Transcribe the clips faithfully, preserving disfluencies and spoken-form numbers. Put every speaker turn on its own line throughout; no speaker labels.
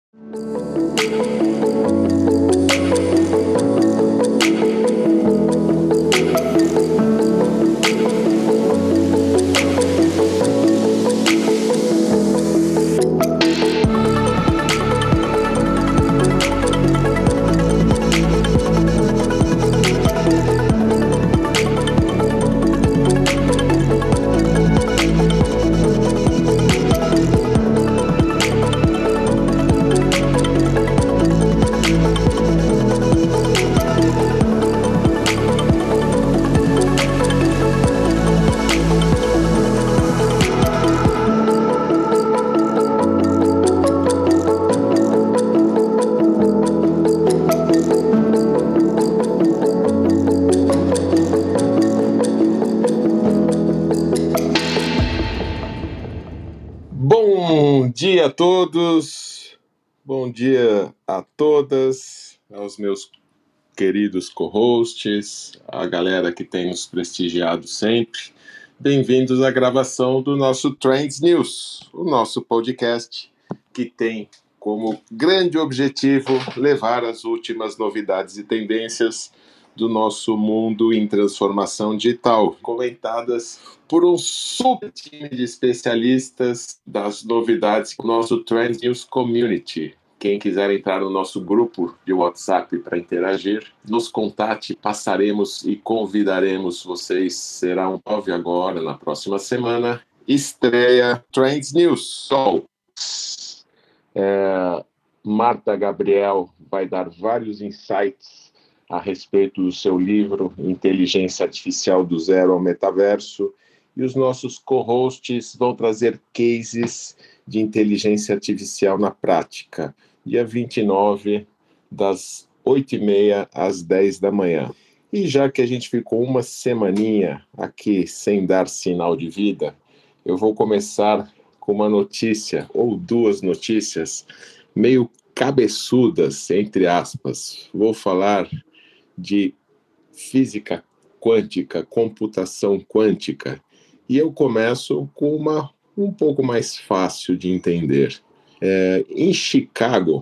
Bom dia a todos, bom dia a todas, aos meus queridos co-hosts, a galera que tem nos prestigiado sempre. Bem-vindos à gravação do nosso Trends News, o nosso podcast que tem como grande objetivo levar as últimas novidades e tendências do nosso mundo em transformação digital, comentadas por um super time de especialistas das novidades do nosso Trends News Community. Quem quiser entrar no nosso grupo de WhatsApp para interagir, nos contate, passaremos e convidaremos vocês. Será um nove agora, na próxima semana, estreia Trends News. Sol. É, Marta Gabriel vai dar vários insights a respeito do seu livro Inteligência Artificial do Zero ao Metaverso, e os nossos co-hosts vão trazer cases de inteligência artificial na prática, dia vinte e nove, das oito e meia às dez da manhã. E já que a gente ficou uma semaninha aqui sem dar sinal de vida, eu vou começar com uma notícia, ou duas notícias, meio cabeçudas, entre aspas. Vou falar de física quântica, computação quântica. E eu começo com uma um pouco mais fácil de entender. É, em Chicago,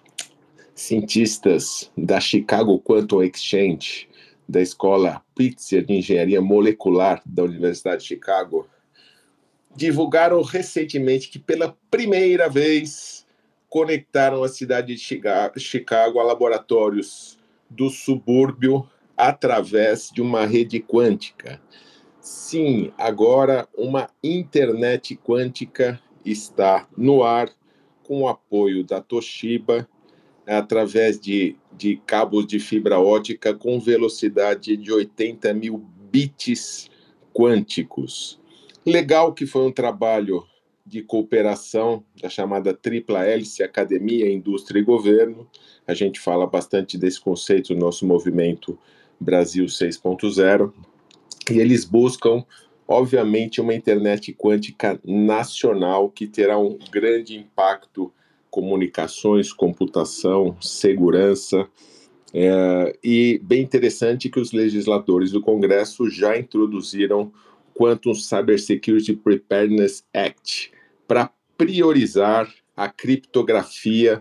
cientistas da Chicago Quantum Exchange, da Escola Pritzker de Engenharia Molecular da Universidade de Chicago, divulgaram recentemente que pela primeira vez conectaram a cidade de Chicago a laboratórios do subúrbio através de uma rede quântica. Sim, agora uma internet quântica está no ar com o apoio da Toshiba através de, de cabos de fibra ótica com velocidade de oitenta mil bits quânticos. Legal que foi um trabalho de cooperação da chamada Tripla Hélice, Academia, Indústria e Governo. A gente fala bastante desse conceito no nosso movimento Brasil seis ponto zero. E eles buscam, obviamente, uma internet quântica nacional que terá um grande impacto em comunicações, computação, segurança. É, e bem interessante que os legisladores do Congresso já introduziram Quantum Cybersecurity Preparedness Act para priorizar a criptografia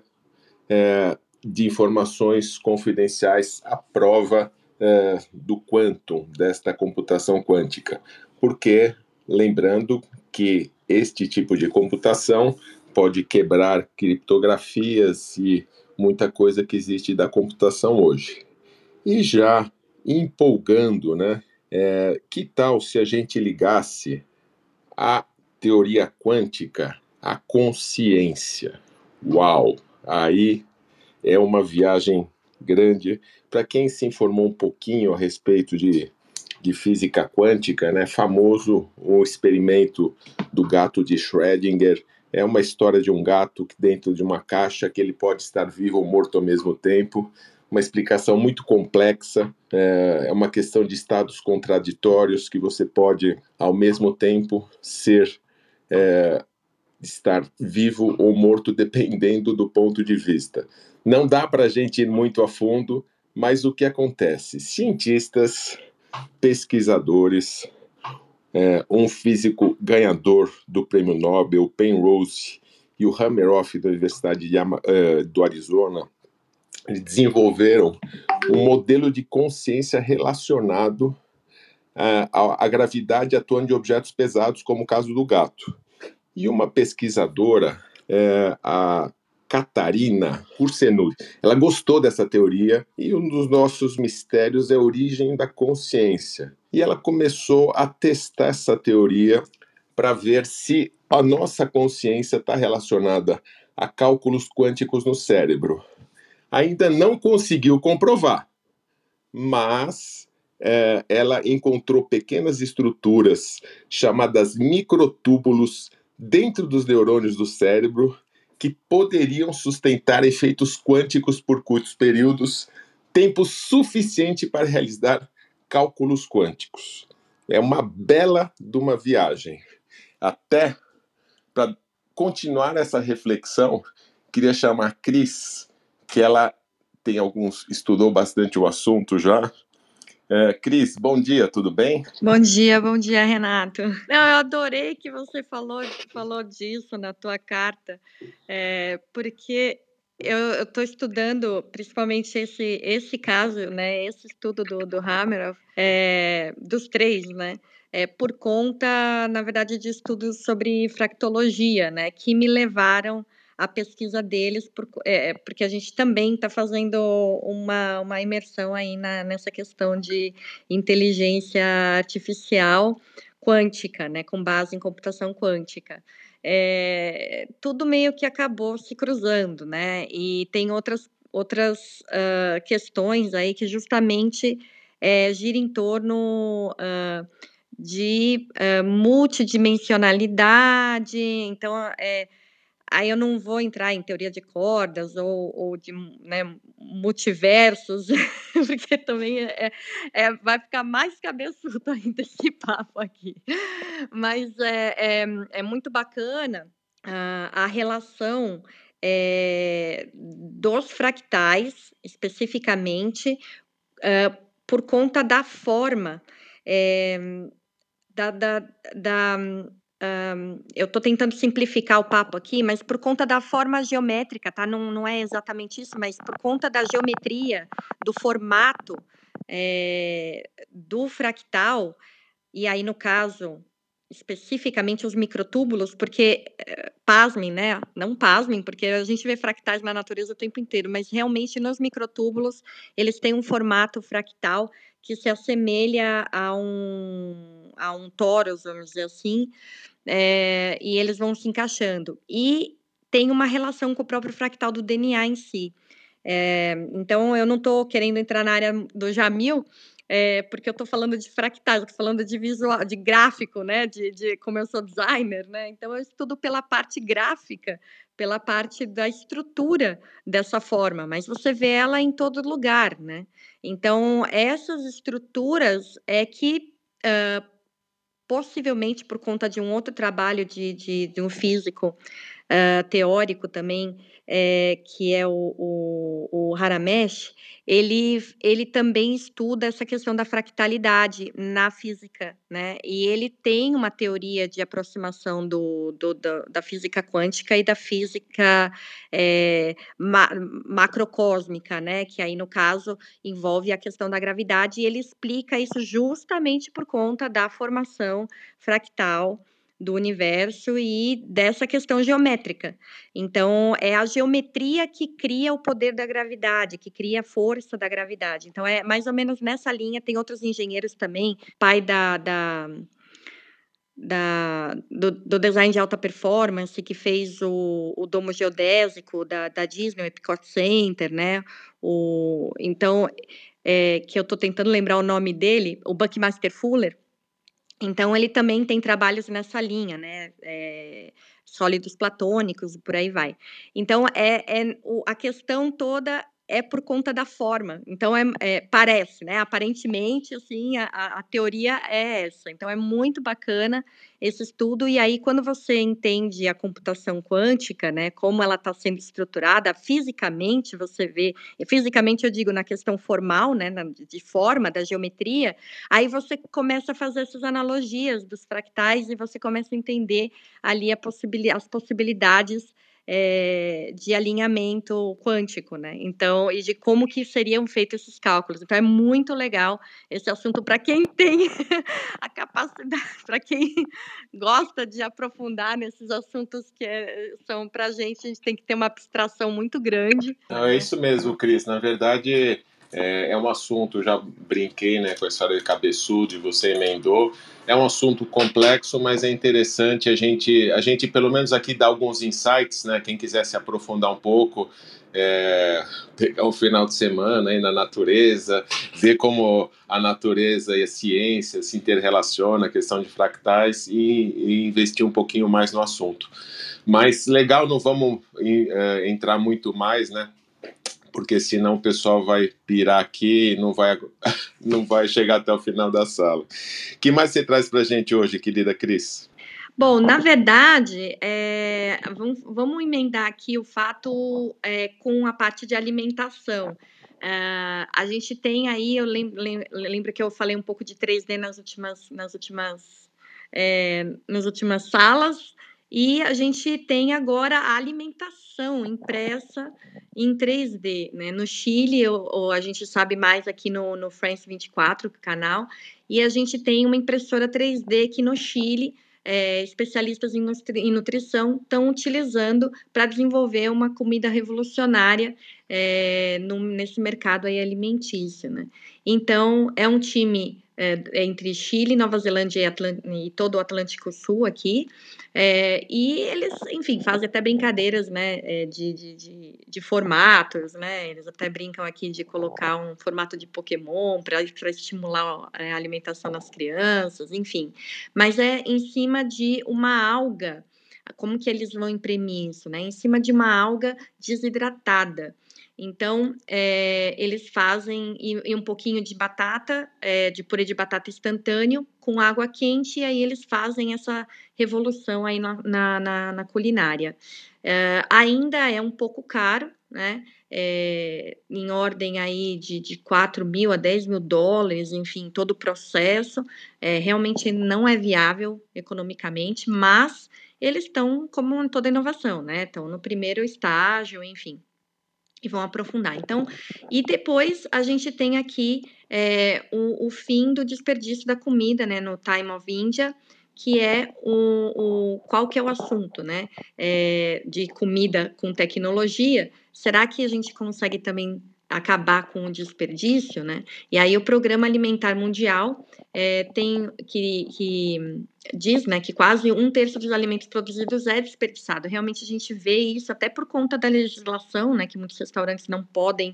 é, de informações confidenciais à prova é, do quantum, desta computação quântica. Porque, lembrando que este tipo de computação pode quebrar criptografias e muita coisa que existe da computação hoje. E já empolgando, né? É, que tal se a gente ligasse a teoria quântica à consciência? Uau! Aí é uma viagem grande. Para quem se informou um pouquinho a respeito de, de física quântica, né? Famoso o experimento do gato de Schrödinger. É uma história de um gato que dentro de uma caixa que ele pode estar vivo ou morto ao mesmo tempo. Uma explicação muito complexa, é uma questão de estados contraditórios que você pode, ao mesmo tempo, ser, é, estar vivo ou morto, dependendo do ponto de vista. Não dá para a gente ir muito a fundo, mas o que acontece? Cientistas, pesquisadores, é, um físico ganhador do prêmio Nobel, Penrose, e o Hameroff da Universidade de Yama, uh, do Arizona, eles desenvolveram um modelo de consciência relacionado uh, à, à gravidade atuando em objetos pesados, como o caso do gato. E uma pesquisadora, uh, a Catarina Ursenuth, ela gostou dessa teoria e um dos nossos mistérios é a origem da consciência. E ela começou a testar essa teoria para ver se a nossa consciência está relacionada a cálculos quânticos no cérebro. Ainda não conseguiu comprovar, mas é, ela encontrou pequenas estruturas chamadas microtúbulos dentro dos neurônios do cérebro que poderiam sustentar efeitos quânticos por curtos períodos, tempo suficiente para realizar cálculos quânticos. É uma bela de uma viagem. Até para continuar essa reflexão, queria chamar a Cris, que ela tem alguns, estudou bastante o assunto já. É, Cris, bom dia, tudo bem?
Bom dia, bom dia, Renato. Não, eu adorei que você falou, falou disso na tua carta, é, porque eu estou estudando principalmente esse, esse caso, né, esse estudo do, do Hameroff, é, dos três, né, é, por conta, na verdade, de estudos sobre fractologia, né, que me levaram a pesquisa deles, por, é, porque a gente também está fazendo uma, uma imersão aí na, nessa questão de inteligência artificial quântica, né, com base em computação quântica. É, tudo meio que acabou se cruzando, né, e tem outras, outras uh, questões aí que justamente é, gira em torno uh, de uh, multidimensionalidade, então, é, aí eu não vou entrar em teoria de cordas ou, ou de, né, multiversos, porque também é, é, vai ficar mais cabeçudo ainda esse papo aqui. Mas é, é, é muito bacana uh, a relação é, dos fractais, especificamente, uh, por conta da forma, é, da... da, da Um, eu estou tentando simplificar o papo aqui, mas por conta da forma geométrica, tá? Não, não é exatamente isso, mas por conta da geometria, do formato é, do fractal, e aí no caso, especificamente os microtúbulos, porque, pasmem, né? Não pasmem, porque a gente vê fractais na natureza o tempo inteiro, mas realmente nos microtúbulos, eles têm um formato fractal que se assemelha a um, a um torus, vamos dizer assim, é, e eles vão se encaixando. E tem uma relação com o próprio fractal do D N A em si. É, então, eu não estou querendo entrar na área do Jamil, é, porque eu estou falando de fractais, estou falando de visual, de gráfico, né? De, de como eu sou designer, né? Então, eu estudo pela parte gráfica, pela parte da estrutura dessa forma, mas você vê ela em todo lugar, né? Então, essas estruturas é que uh, possivelmente por conta de um outro trabalho de, de, de um físico uh, teórico também, é, que é o, o, o Haramesh, ele, ele também estuda essa questão da fractalidade na física, né? E ele tem uma teoria de aproximação do, do, do da física quântica e da física é, ma, macrocósmica, né? Que aí, no caso, envolve a questão da gravidade, e ele explica isso justamente por conta da formação fractal do universo e dessa questão geométrica. Então, é a geometria que cria o poder da gravidade, que cria a força da gravidade. Então, é mais ou menos nessa linha. Tem outros engenheiros também, pai da... da Da, do, do design de alta performance, que fez o, o domo geodésico da, da Disney, o Epcot Center, né? O, então, é, que eu estou tentando lembrar o nome dele, o Buckmaster Fuller. Então, ele também tem trabalhos nessa linha, né? É, sólidos platônicos e por aí vai. Então, é, é o, a questão toda é por conta da forma. Então, é, é, parece, né? Aparentemente, assim, a, a teoria é essa. Então, é muito bacana esse estudo. E aí, quando você entende a computação quântica, né? Como ela está sendo estruturada fisicamente, você vê... Fisicamente, eu digo, na questão formal, né? Na, de forma, da geometria. Aí, você começa a fazer essas analogias dos fractais e você começa a entender ali a possibil, as possibilidades eh, de alinhamento quântico, né, então e de como que seriam feitos esses cálculos. Então é muito legal esse assunto para quem tem a capacidade, para quem gosta de aprofundar nesses assuntos que, eh, são pra gente, a gente tem que ter uma abstração muito grande,
Não, é
né.
isso mesmo, Cris. Na verdade, é, é um assunto, já brinquei, né, com a história de cabeçudo e você emendou. É um assunto complexo, mas é interessante a gente, a gente pelo menos aqui dá alguns insights, né? Quem quiser se aprofundar um pouco, é, pegar o final de semana aí na natureza, ver como a natureza e a ciência se interrelacionam, a questão de fractais e, e investir um pouquinho mais no assunto. Mas legal, não vamos é, entrar muito mais, né? Porque senão o pessoal vai pirar aqui e não vai, não vai chegar até o final da sala. O que mais você traz para a gente hoje, querida Cris?
Bom, na verdade, é, vamos, vamos emendar aqui o fato é, com a parte de alimentação. Uh, a gente tem aí, eu lembro, lembro que eu falei um pouco de três D nas últimas, nas últimas, é, nas últimas salas, e a gente tem agora a alimentação impressa em três D, né? No Chile, ou, ou a gente sabe mais aqui no, no France vinte e quatro, canal, e a gente tem uma impressora três D que no Chile, é, especialistas em, nutri em nutrição estão utilizando para desenvolver uma comida revolucionária é, no, nesse mercado aí alimentício, né? Então, é um time é, entre Chile, Nova Zelândia e, e todo o Atlântico Sul aqui, é, e eles, enfim, fazem até brincadeiras, né, de, de, de, de formatos, né, eles até brincam aqui de colocar um formato de Pokémon para estimular a alimentação das crianças, enfim, mas é em cima de uma alga. Como que eles vão imprimir isso, né? Em cima de uma alga desidratada. Então, é, eles fazem e, e um pouquinho de batata, é, de purê de batata instantâneo, com água quente, e aí eles fazem essa revolução aí na, na, na, na culinária. É, ainda é um pouco caro, né? É, em ordem aí de, de quatro mil a dez mil dólares, enfim, todo o processo, é, realmente não é viável economicamente, mas eles estão como toda inovação, né? Estão no primeiro estágio, enfim, e vão aprofundar. Então, e depois a gente tem aqui é, o, o fim do desperdício da comida, né, no Time of India, que é o, o qual que é o assunto, né, é, de comida com tecnologia. Será que a gente consegue também acabar com o desperdício, né? E aí o Programa Alimentar Mundial é, tem que, que diz, né, que quase um terço dos alimentos produzidos é desperdiçado. Realmente a gente vê isso até por conta da legislação, né, que muitos restaurantes não podem,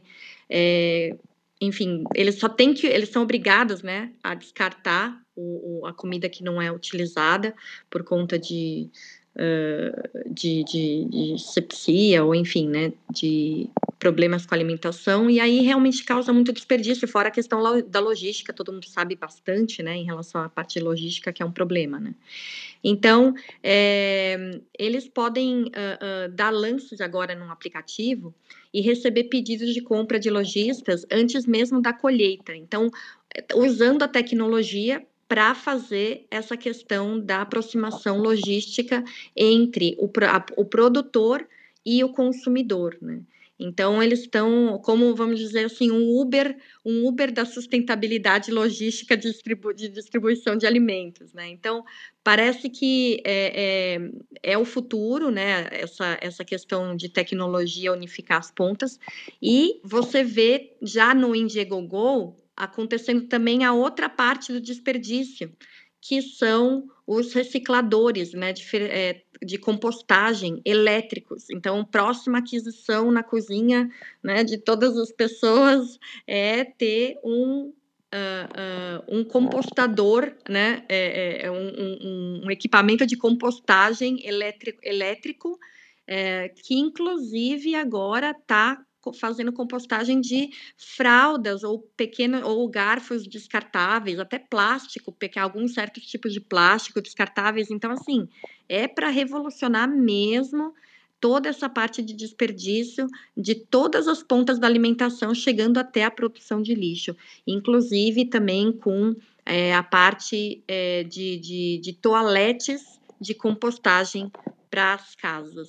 é, enfim, eles só têm que, eles são obrigados, né, a descartar o, o, a comida que não é utilizada por conta de, uh, de, de, de sepsia ou, enfim, né, de problemas com a alimentação, e aí realmente causa muito desperdício, fora a questão da logística, todo mundo sabe bastante, né, em relação à parte logística, que é um problema, né. Então, é, eles podem uh, uh, dar lances agora num aplicativo e receber pedidos de compra de lojistas antes mesmo da colheita. Então, usando a tecnologia para fazer essa questão da aproximação logística entre o, a, o produtor e o consumidor, né? Então, eles estão, como vamos dizer assim, um Uber, um Uber da sustentabilidade logística de, distribu de distribuição de alimentos, né? Então, parece que é, é, é o futuro, né? Essa, essa questão de tecnologia unificar as pontas. E você vê já no Indiegogo acontecendo também a outra parte do desperdício, que são os recicladores, né, de, de compostagem elétricos. Então, próxima aquisição na cozinha, né, de todas as pessoas é ter um Uh, uh, um compostador, né, é, é um, um, um equipamento de compostagem elétrico, elétrico é, que inclusive agora está fazendo compostagem de fraldas ou pequenos ou garfos descartáveis, até plástico, porque alguns certos tipos de plástico descartáveis. Então, assim, é para revolucionar mesmo toda essa parte de desperdício de todas as pontas da alimentação, chegando até a produção de lixo, inclusive também com é, a parte é, de, de, de toaletes de compostagem para as casas.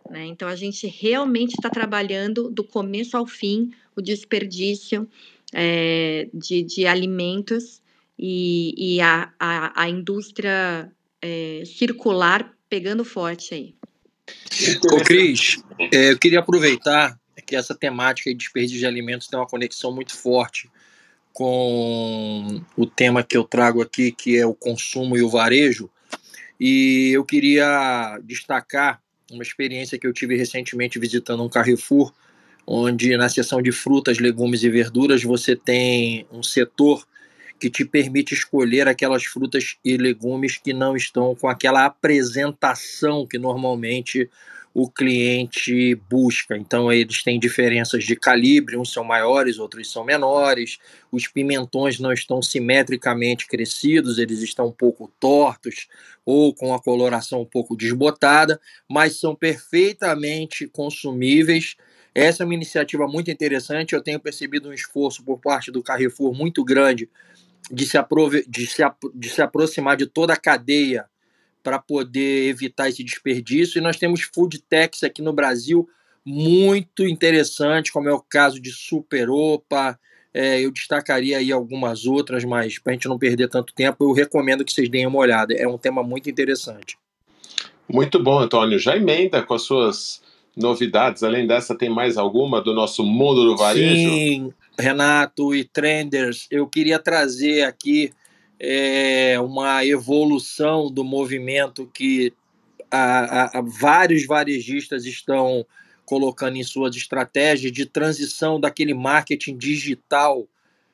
né? Então, a gente realmente está trabalhando do começo ao fim o desperdício é, de, de alimentos e, e a, a, a indústria é, circular pegando forte aí.
Ô, Cris, é, eu queria aproveitar que essa temática de desperdício de alimentos tem uma conexão muito forte com o tema que eu trago aqui, que é o consumo e o varejo, e eu queria destacar uma experiência que eu tive recentemente visitando um Carrefour, onde na seção de frutas, legumes e verduras você tem um setor que te permite escolher aquelas frutas e legumes que não estão com aquela apresentação que normalmente o cliente busca. Então, eles têm diferenças de calibre, uns são maiores, outros são menores, os pimentões não estão simetricamente crescidos, eles estão um pouco tortos ou com a coloração um pouco desbotada, mas são perfeitamente consumíveis. Essa é uma iniciativa muito interessante, eu tenho percebido um esforço por parte do Carrefour muito grande de se, aprove- de se, apro- de se aproximar de toda a cadeia para poder evitar esse desperdício. E nós temos food techs aqui no Brasil muito interessantes, como é o caso de Superopa. É, eu destacaria aí algumas outras, mas para a gente não perder tanto tempo, eu recomendo que vocês deem uma olhada. É um tema muito interessante.
Muito bom, Antônio. Já emenda com as suas novidades. Além dessa, tem mais alguma do nosso mundo do varejo?
Sim, Renato e Trenders, eu queria trazer aqui é, uma evolução do movimento que a, a, a vários varejistas estão colocando em suas estratégias de transição daquele marketing digital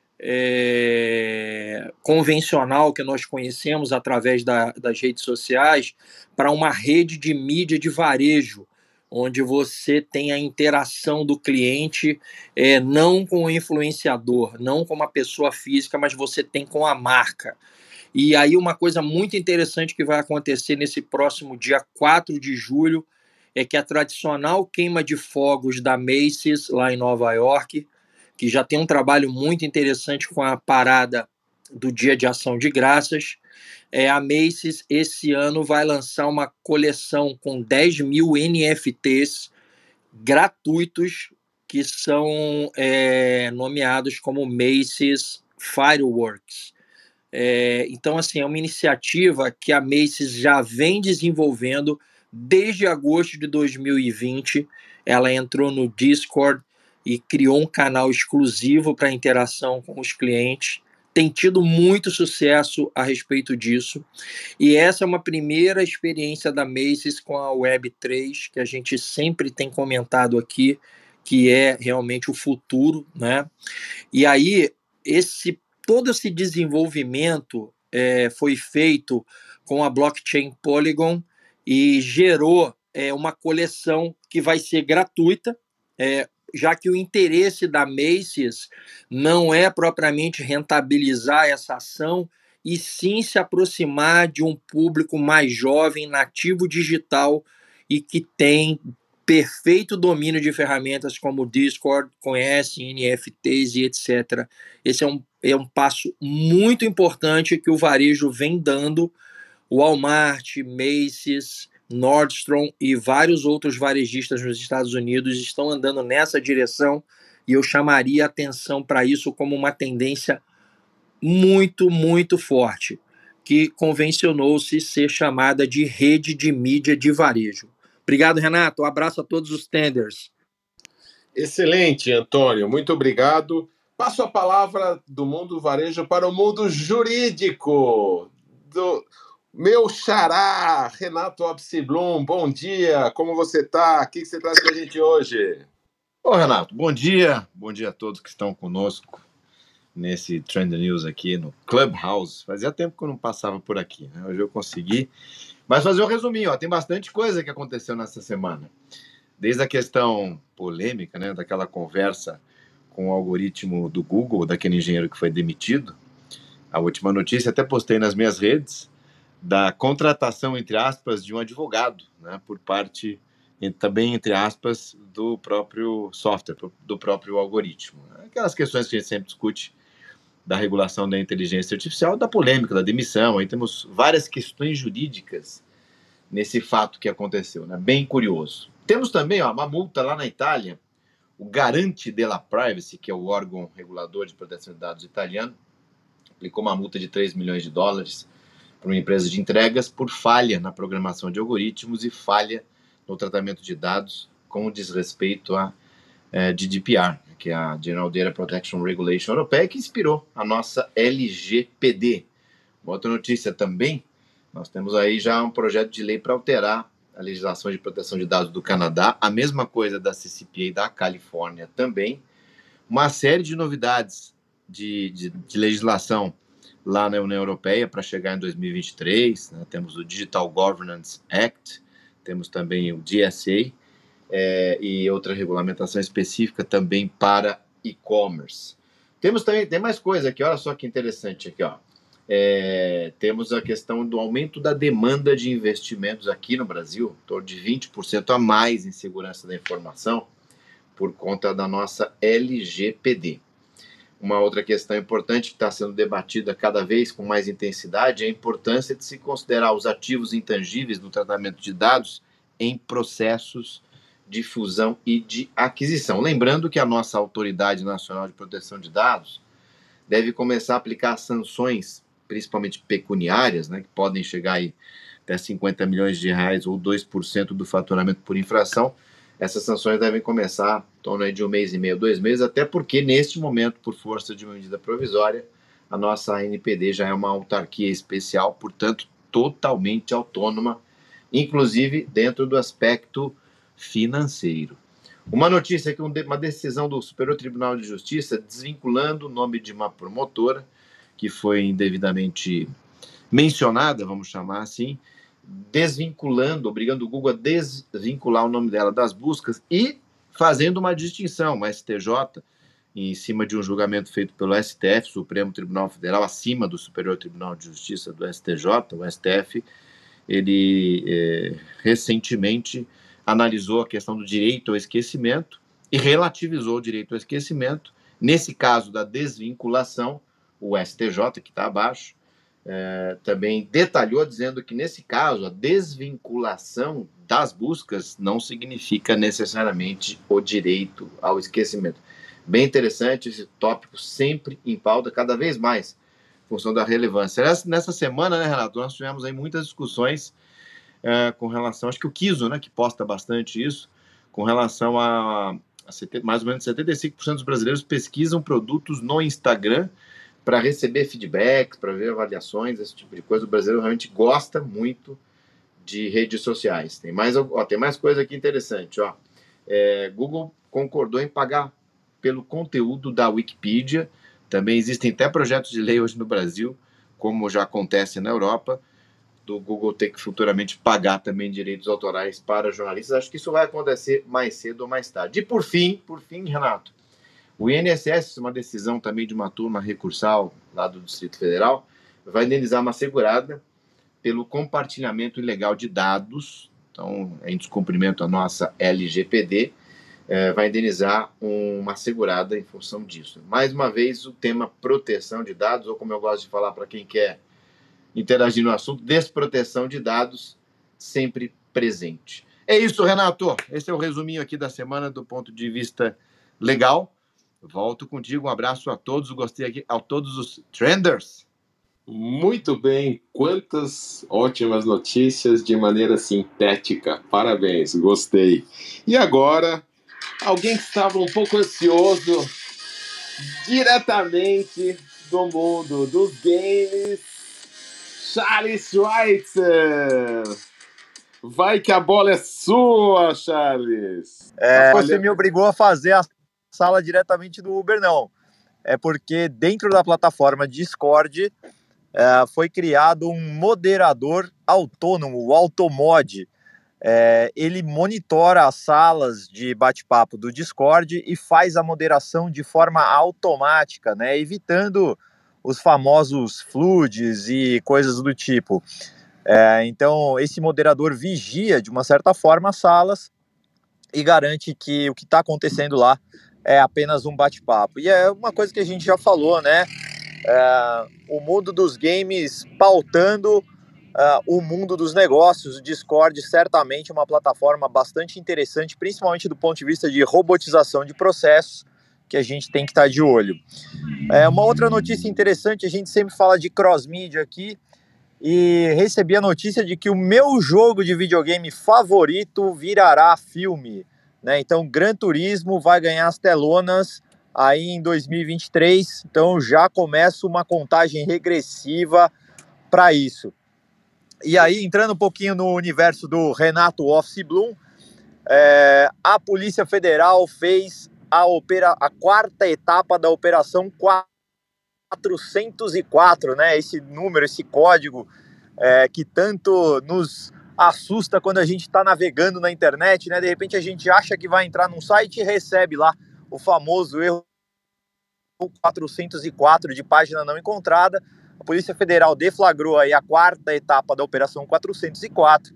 é, convencional que nós conhecemos através da, das redes sociais para uma rede de mídia de varejo, onde você tem a interação do cliente é, não com o influenciador, não com uma pessoa física, mas você tem com a marca. E aí uma coisa muito interessante que vai acontecer nesse próximo dia quatro de julho é que a tradicional queima de fogos da Macy's, lá em Nova York, que já tem um trabalho muito interessante com a parada do Dia de Ação de Graças, é, a Macy's esse ano vai lançar uma coleção com dez mil N F Ts gratuitos que são é, nomeados como Macy's Fireworks. É, então, assim, é uma iniciativa que a Macy's já vem desenvolvendo desde agosto de dois mil e vinte. Ela entrou no Discord e criou um canal exclusivo para interação com os clientes. Tem tido muito sucesso a respeito disso. E essa é uma primeira experiência da Macy's com a web três, que a gente sempre tem comentado aqui, que é realmente o futuro, né? E aí, esse todo esse desenvolvimento é, foi feito com a blockchain Polygon e gerou é, uma coleção que vai ser gratuita, é, já que o interesse da Macy's não é propriamente rentabilizar essa ação, e sim se aproximar de um público mais jovem, nativo digital e que tem perfeito domínio de ferramentas como o Discord, conhece N F Ts e etcétera. Esse é um, é um passo muito importante que o varejo vem dando. O Walmart, Macy's, Nordstrom e vários outros varejistas nos Estados Unidos estão andando nessa direção e eu chamaria atenção para isso como uma tendência muito, muito forte, que convencionou-se ser chamada de rede de mídia de varejo. Obrigado, Renato. Um abraço a todos os tenders.
Excelente, Antônio. Muito obrigado. Passo a palavra do mundo do varejo para o mundo jurídico. Do meu xará, Renato Opsi-Blum. Bom dia, como você está? O que você traz para a gente hoje?
Ô, Renato, bom dia. Bom dia a todos que estão conosco nesse Trend News aqui no Clubhouse. Fazia tempo que eu não passava por aqui, né? Hoje eu consegui. Mas fazer um resuminho, ó. Tem bastante coisa que aconteceu nessa semana. Desde a questão polêmica, né, daquela conversa com o algoritmo do Google, daquele engenheiro que foi demitido. A última notícia, até postei nas minhas redes, da contratação, entre aspas, de um advogado, né, por parte, também, entre aspas, do próprio software, do próprio algoritmo. Aquelas questões que a gente sempre discute da regulação da inteligência artificial, da polêmica, da demissão. Aí temos várias questões jurídicas nesse fato que aconteceu, né? Bem curioso. Temos também ó, uma multa lá na Itália, o Garante della Privacy, que é o órgão regulador de proteção de dados italiano, aplicou uma multa de três milhões de dólares para uma empresa de entregas por falha na programação de algoritmos e falha no tratamento de dados com desrespeito à é, G D P R, que é a General Data Protection Regulation europeia, que inspirou a nossa L G P D. Uma outra notícia também, nós temos aí já um projeto de lei para alterar a legislação de proteção de dados do Canadá, a mesma coisa da C C P A da Califórnia também, uma série de novidades de, de, de legislação lá na União Europeia para chegar em dois mil e vinte e três, né? Temos o Digital Governance Act, temos também o D S A é, e outra regulamentação específica também para e-commerce. Temos também, tem mais coisa aqui, olha só que interessante aqui, ó. É, temos a questão do aumento da demanda de investimentos aqui no Brasil, em torno de vinte por cento a mais em segurança da informação, por conta da nossa L G P D. Uma outra questão importante que está sendo debatida cada vez com mais intensidade é a importância de se considerar os ativos intangíveis no tratamento de dados em processos de fusão e de aquisição. Lembrando que a nossa Autoridade Nacional de Proteção de Dados deve começar a aplicar sanções, principalmente pecuniárias, né, que podem chegar aí até cinquenta milhões de reais ou dois por cento do faturamento por infração. Essas sanções devem começar em torno de um mês e meio, dois meses, até porque, neste momento, por força de uma medida provisória, a nossa A N P D já é uma autarquia especial, portanto, totalmente autônoma, inclusive dentro do aspecto financeiro. Uma notícia aqui, uma decisão do Superior Tribunal de Justiça desvinculando o nome de uma promotora que foi indevidamente mencionada, vamos chamar assim, desvinculando, obrigando o Google a desvincular o nome dela das buscas e fazendo uma distinção, o S T J, em cima de um julgamento feito pelo S T F, Supremo Tribunal Federal, acima do Superior Tribunal de Justiça do S T J, o S T F, ele é, recentemente analisou a questão do direito ao esquecimento e relativizou o direito ao esquecimento. Nesse caso da desvinculação, o S T J, que está abaixo, É, também detalhou dizendo que, nesse caso, a desvinculação das buscas não significa necessariamente o direito ao esquecimento. Bem interessante esse tópico, sempre em pauta, cada vez mais, em função da relevância. Nessa semana, né, Renato, nós tivemos aí muitas discussões é, com relação, acho que o Kiso, né, que posta bastante isso, com relação a, a mais ou menos setenta e cinco por cento dos brasileiros pesquisam produtos no Instagram para receber feedback, para ver avaliações, esse tipo de coisa. O brasileiro realmente gosta muito de redes sociais. Tem mais, ó, tem mais coisa aqui interessante. Ó. É, Google concordou em pagar pelo conteúdo da Wikipedia. Também existem até projetos de lei hoje no Brasil, como já acontece na Europa, do Google ter que futuramente pagar também direitos autorais para jornalistas. Acho que isso vai acontecer mais cedo ou mais tarde. E por fim, por fim, Renato, o I N S S, uma decisão também de uma turma recursal lá do Distrito Federal, vai indenizar uma segurada pelo compartilhamento ilegal de dados, então, em descumprimento à nossa L G P D, é, vai indenizar uma segurada em função disso. Mais uma vez, o tema proteção de dados, ou como eu gosto de falar para quem quer interagir no assunto, desproteção de dados, sempre presente. É isso, Renato. Esse é o resuminho aqui da semana do ponto de vista legal. Volto contigo, um abraço a todos, gostei aqui, a todos os trenders.
Muito bem, quantas ótimas notícias de maneira sintética, parabéns, gostei. E agora, alguém que estava um pouco ansioso, diretamente do mundo dos games, Charles Schweitzer. Vai que a bola é sua, Charles.
É, você me obrigou a fazer a sala diretamente do Uber, não. É porque dentro da plataforma Discord é, foi criado um moderador autônomo, o Automod. É, ele monitora as salas de bate-papo do Discord e faz a moderação de forma automática, né, evitando os famosos floods e coisas do tipo. É, então, esse moderador vigia, de uma certa forma, as salas e garante que o que está acontecendo lá é apenas um bate-papo. E é uma coisa que a gente já falou, né? É, o mundo dos games pautando uh, o mundo dos negócios. O Discord certamente é uma plataforma bastante interessante, principalmente do ponto de vista de robotização de processos, que a gente tem que estar de olho. É, uma outra notícia interessante, a gente sempre fala de cross-mídia aqui, e recebi a notícia de que o meu jogo de videogame favorito virará filme, né? Então, Gran Turismo vai ganhar as telonas aí em dois mil e vinte e três, então já começa uma contagem regressiva para isso. E aí, entrando um pouquinho no universo do Renato Office Bloom, é, a Polícia Federal fez a, opera, a quarta etapa da Operação quatrocentos e quatro, né? Esse número, esse código é, que tanto nos assusta quando a gente está navegando na internet, né? De repente a gente acha que vai entrar num site e recebe lá o famoso erro quatrocentos e quatro de página não encontrada. A Polícia Federal deflagrou aí a quarta etapa da Operação quatrocentos e quatro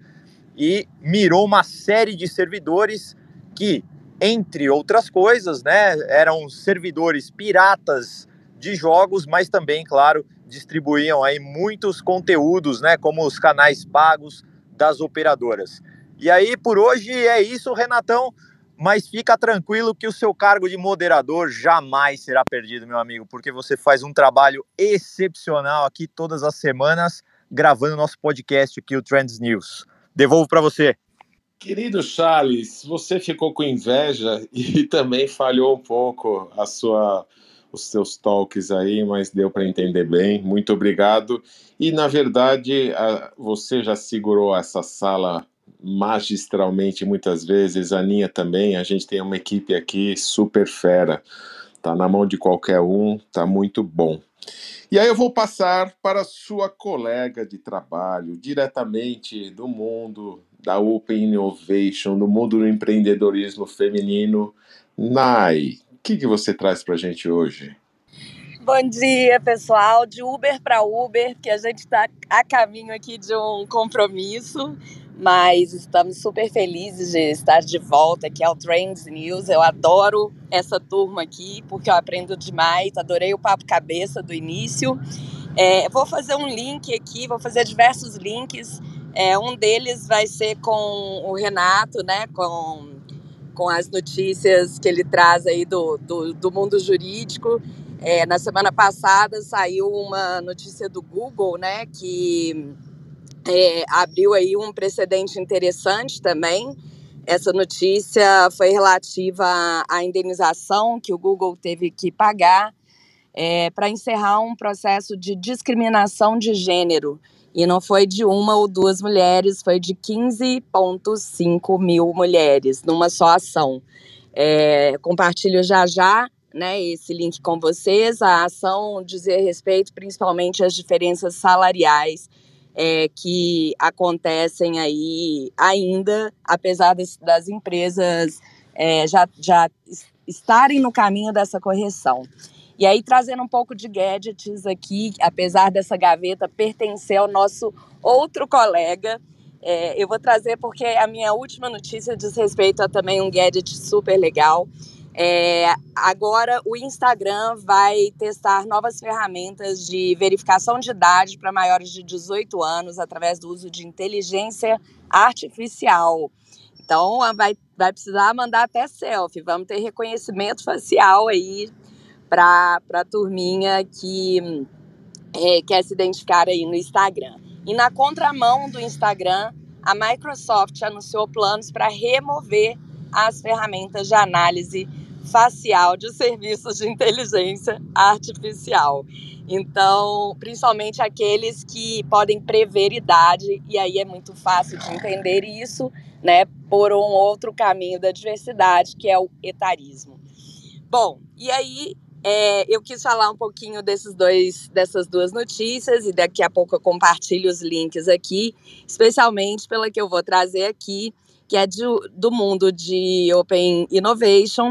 e mirou uma série de servidores que, entre outras coisas, né, eram servidores piratas de jogos, mas também, claro, distribuíam aí muitos conteúdos, né, como os canais pagos das operadoras. E aí, por hoje é isso, Renatão, mas fica tranquilo que o seu cargo de moderador jamais será perdido, meu amigo, porque você faz um trabalho excepcional aqui todas as semanas, gravando nosso podcast aqui, o Trends News. Devolvo para você.
Querido Charles, você ficou com inveja e também falhou um pouco a sua, os seus talks aí, mas deu para entender bem. Muito obrigado. E, na verdade, a, você já segurou essa sala magistralmente muitas vezes, a Aninha também. A gente tem uma equipe aqui super fera. Tá na mão de qualquer um, tá muito bom. E aí eu vou passar para sua colega de trabalho, diretamente do mundo da Open Innovation, do mundo do empreendedorismo feminino. Nai, o que, que você traz para a gente hoje?
Bom dia, pessoal, de Uber para Uber, porque a gente está a caminho aqui de um compromisso, mas estamos super felizes de estar de volta aqui ao Trends News. Eu adoro essa turma aqui, porque eu aprendo demais, adorei o papo cabeça do início. É, vou fazer um link aqui, vou fazer diversos links, é, um deles vai ser com o Renato, né, com, com as notícias que ele traz aí do, do, do mundo jurídico. É, na semana passada saiu uma notícia do Google, né, que é, abriu aí um precedente interessante também. Essa notícia foi relativa à indenização que o Google teve que pagar é, para encerrar um processo de discriminação de gênero. E não foi de uma ou duas mulheres, foi de quinze vírgula cinco mil mulheres numa só ação. É, compartilho já já, né, esse link com vocês. A ação dizia respeito principalmente às diferenças salariais é, que acontecem aí ainda, apesar das, das empresas é, já, já estarem no caminho dessa correção. E aí, trazendo um pouco de gadgets aqui, apesar dessa gaveta pertencer ao nosso outro colega, é, eu vou trazer porque a minha última notícia diz respeito a também um gadget super legal. É, agora, o Instagram vai testar novas ferramentas de verificação de idade para maiores de dezoito anos através do uso de inteligência artificial. Então, vai, vai precisar mandar até selfie. Vamos ter reconhecimento facial aí para a turminha que é, quer se identificar aí no Instagram. E na contramão do Instagram, a Microsoft anunciou planos para remover as ferramentas de análise facial de serviços de inteligência artificial. Então, principalmente aqueles que podem prever idade, e aí é muito fácil de entender isso, né, por um outro caminho da diversidade, que é o etarismo. Bom, e aí é, eu quis falar um pouquinho desses dois, dessas duas notícias e daqui a pouco eu compartilho os links aqui, especialmente pela que eu vou trazer aqui, que é de, do mundo de Open Innovation,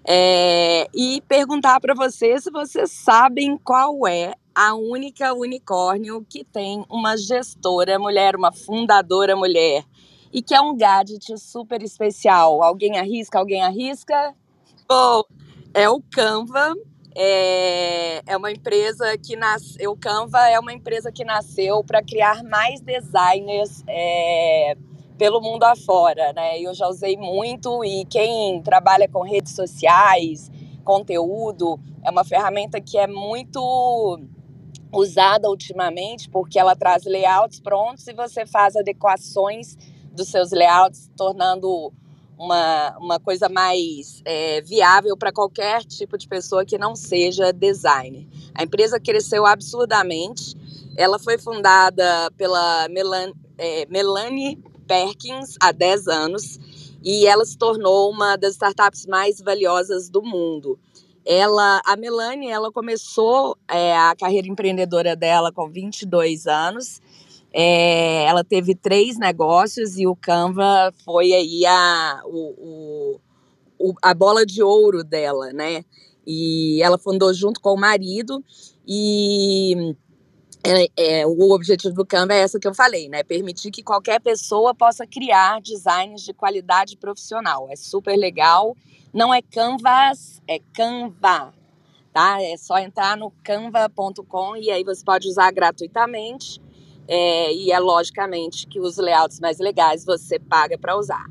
é, e perguntar para vocês se vocês sabem qual é a única unicórnio que tem uma gestora mulher, uma fundadora mulher, e que é um gadget super especial. Alguém arrisca? Alguém arrisca? Bom, é o Canva. é, é uma empresa que nasceu, o Canva é uma empresa que nasceu para criar mais designers é, pelo mundo afora, né? Eu já usei muito e quem trabalha com redes sociais, conteúdo, é uma ferramenta que é muito usada ultimamente porque ela traz layouts prontos e você faz adequações dos seus layouts, tornando uma, uma coisa mais é, viável para qualquer tipo de pessoa que não seja designer. A empresa cresceu absurdamente. Ela foi fundada pela Melan, é, Melanie Perkins há dez anos e ela se tornou uma das startups mais valiosas do mundo. Ela, a Melanie, ela começou é, a carreira empreendedora dela com vinte e dois anos. É, ela teve três negócios e o Canva foi aí a, o, o, a bola de ouro dela, né? E ela fundou junto com o marido e é, é, o objetivo do Canva é essa que eu falei, né? Permitir que qualquer pessoa possa criar designs de qualidade profissional. É super legal. Não é Canvas, é Canva, tá? É só entrar no canva ponto com e aí você pode usar gratuitamente. É, e é logicamente que os layouts mais legais você paga para usar.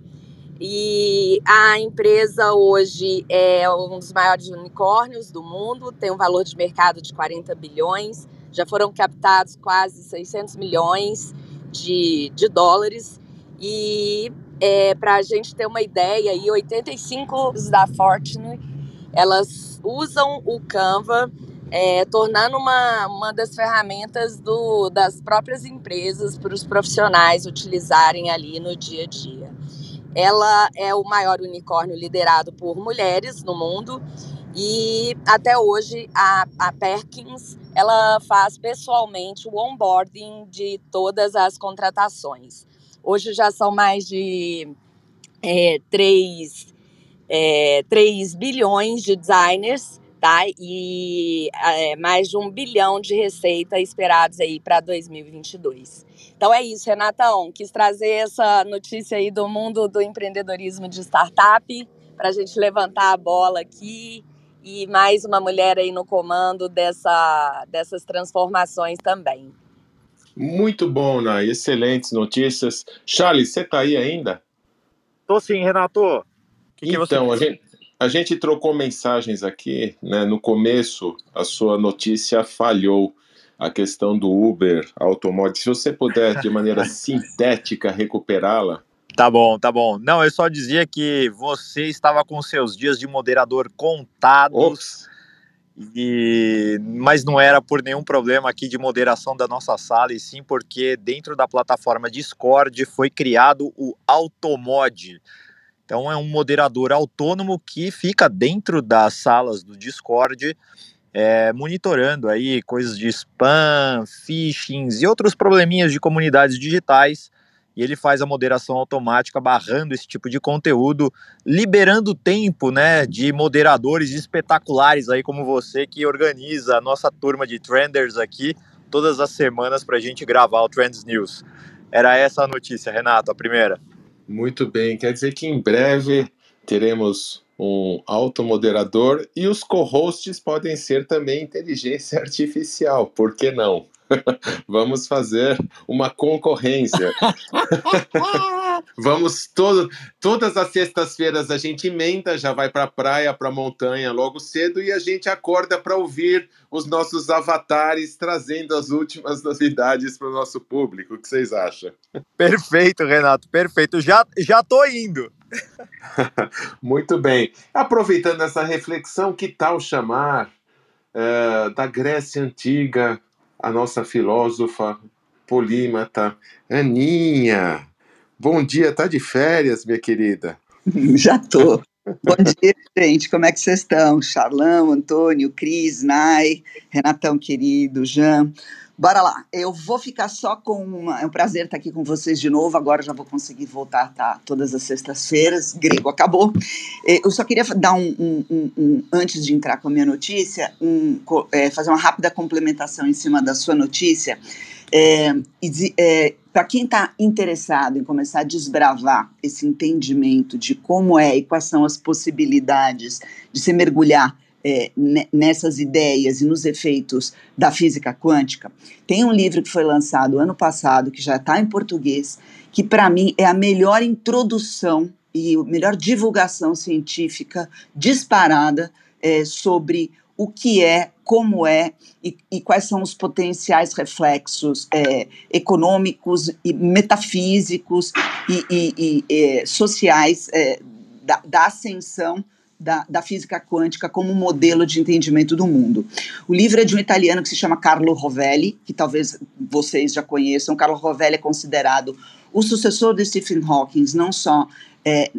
E a empresa hoje é um dos maiores unicórnios do mundo, tem um valor de mercado de quarenta bilhões, já foram captados quase seiscentos milhões de, de dólares. E é, para a gente ter uma ideia, aí, oitenta e cinco da Fortune, elas usam o Canva, é, tornando uma, uma das ferramentas do, das próprias empresas para os profissionais utilizarem ali no dia a dia. Ela é o maior unicórnio liderado por mulheres no mundo e até hoje a, a Perkins ela faz pessoalmente o onboarding de todas as contratações. Hoje já são mais de é, três, é, três bilhões de designers, tá? E é, mais de um bilhão de receita esperados aí para dois mil e vinte e dois. Então é isso, Renatão. Quis trazer essa notícia aí do mundo do empreendedorismo de startup para a gente levantar a bola aqui e mais uma mulher aí no comando dessa, dessas transformações também.
Muito bom, Nai. Excelentes notícias. Charles, você está aí ainda?
Tô sim, Renato. O que, que você
Então, a
disse?
gente, a gente trocou mensagens aqui, né? No começo, a sua notícia falhou. A questão do Uber Automóvel. Se você puder, de maneira sintética, recuperá-la.
Tá bom, tá bom. Não, eu só dizia que você estava com seus dias de moderador contados,
Ops.
e... mas não era por nenhum problema aqui de moderação da nossa sala, e sim porque dentro da plataforma Discord foi criado o Automod. Então é um moderador autônomo que fica dentro das salas do Discord, é, monitorando aí coisas de spam, phishings e outros probleminhas de comunidades digitais. E ele faz a moderação automática, barrando esse tipo de conteúdo, liberando tempo, né, de moderadores espetaculares aí como você, que organiza a nossa turma de trenders aqui todas as semanas para a gente gravar o Trends News. Era essa a notícia, Renato, a primeira.
Muito bem. Quer dizer que em breve teremos um automoderador e os co-hosts podem ser também inteligência artificial. Por que não? Vamos fazer uma concorrência. Vamos todo, todas as sextas-feiras a gente emenda, já vai para a praia, para a montanha logo cedo e a gente acorda para ouvir os nossos avatares trazendo as últimas novidades para o nosso público. O que vocês acham?
Perfeito, Renato, perfeito. Já, já tô indo.
Muito bem. Aproveitando essa reflexão, que tal chamar uh, da Grécia Antiga a nossa filósofa polímata Aninha? Bom dia, tá de férias, minha querida?
Já tô. Bom dia, gente. Como é que vocês estão? Charlão, Antônio, Cris, Nai, Renatão querido, Jean. Bora lá. Eu vou ficar só com uma... É um prazer estar aqui com vocês de novo. Agora já vou conseguir voltar a estar todas as sextas-feiras. Grego acabou. Eu só queria dar um... um, um, um antes de entrar com a minha notícia, um, é, fazer uma rápida complementação em cima da sua notícia. É, é, para quem está interessado em começar a desbravar esse entendimento de como é e quais são as possibilidades de se mergulhar é, nessas ideias e nos efeitos da física quântica, tem um livro que foi lançado ano passado, que já está em português, que para mim é a melhor introdução e a melhor divulgação científica disparada é, sobre o que é, como é e, e quais são os potenciais reflexos é, econômicos e metafísicos e, e, e é, sociais é, da, da ascensão da, da física quântica como modelo de entendimento do mundo. O livro é de um italiano que se chama Carlo Rovelli, que talvez vocês já conheçam. Carlo Rovelli é considerado o sucessor de Stephen Hawking, não só é,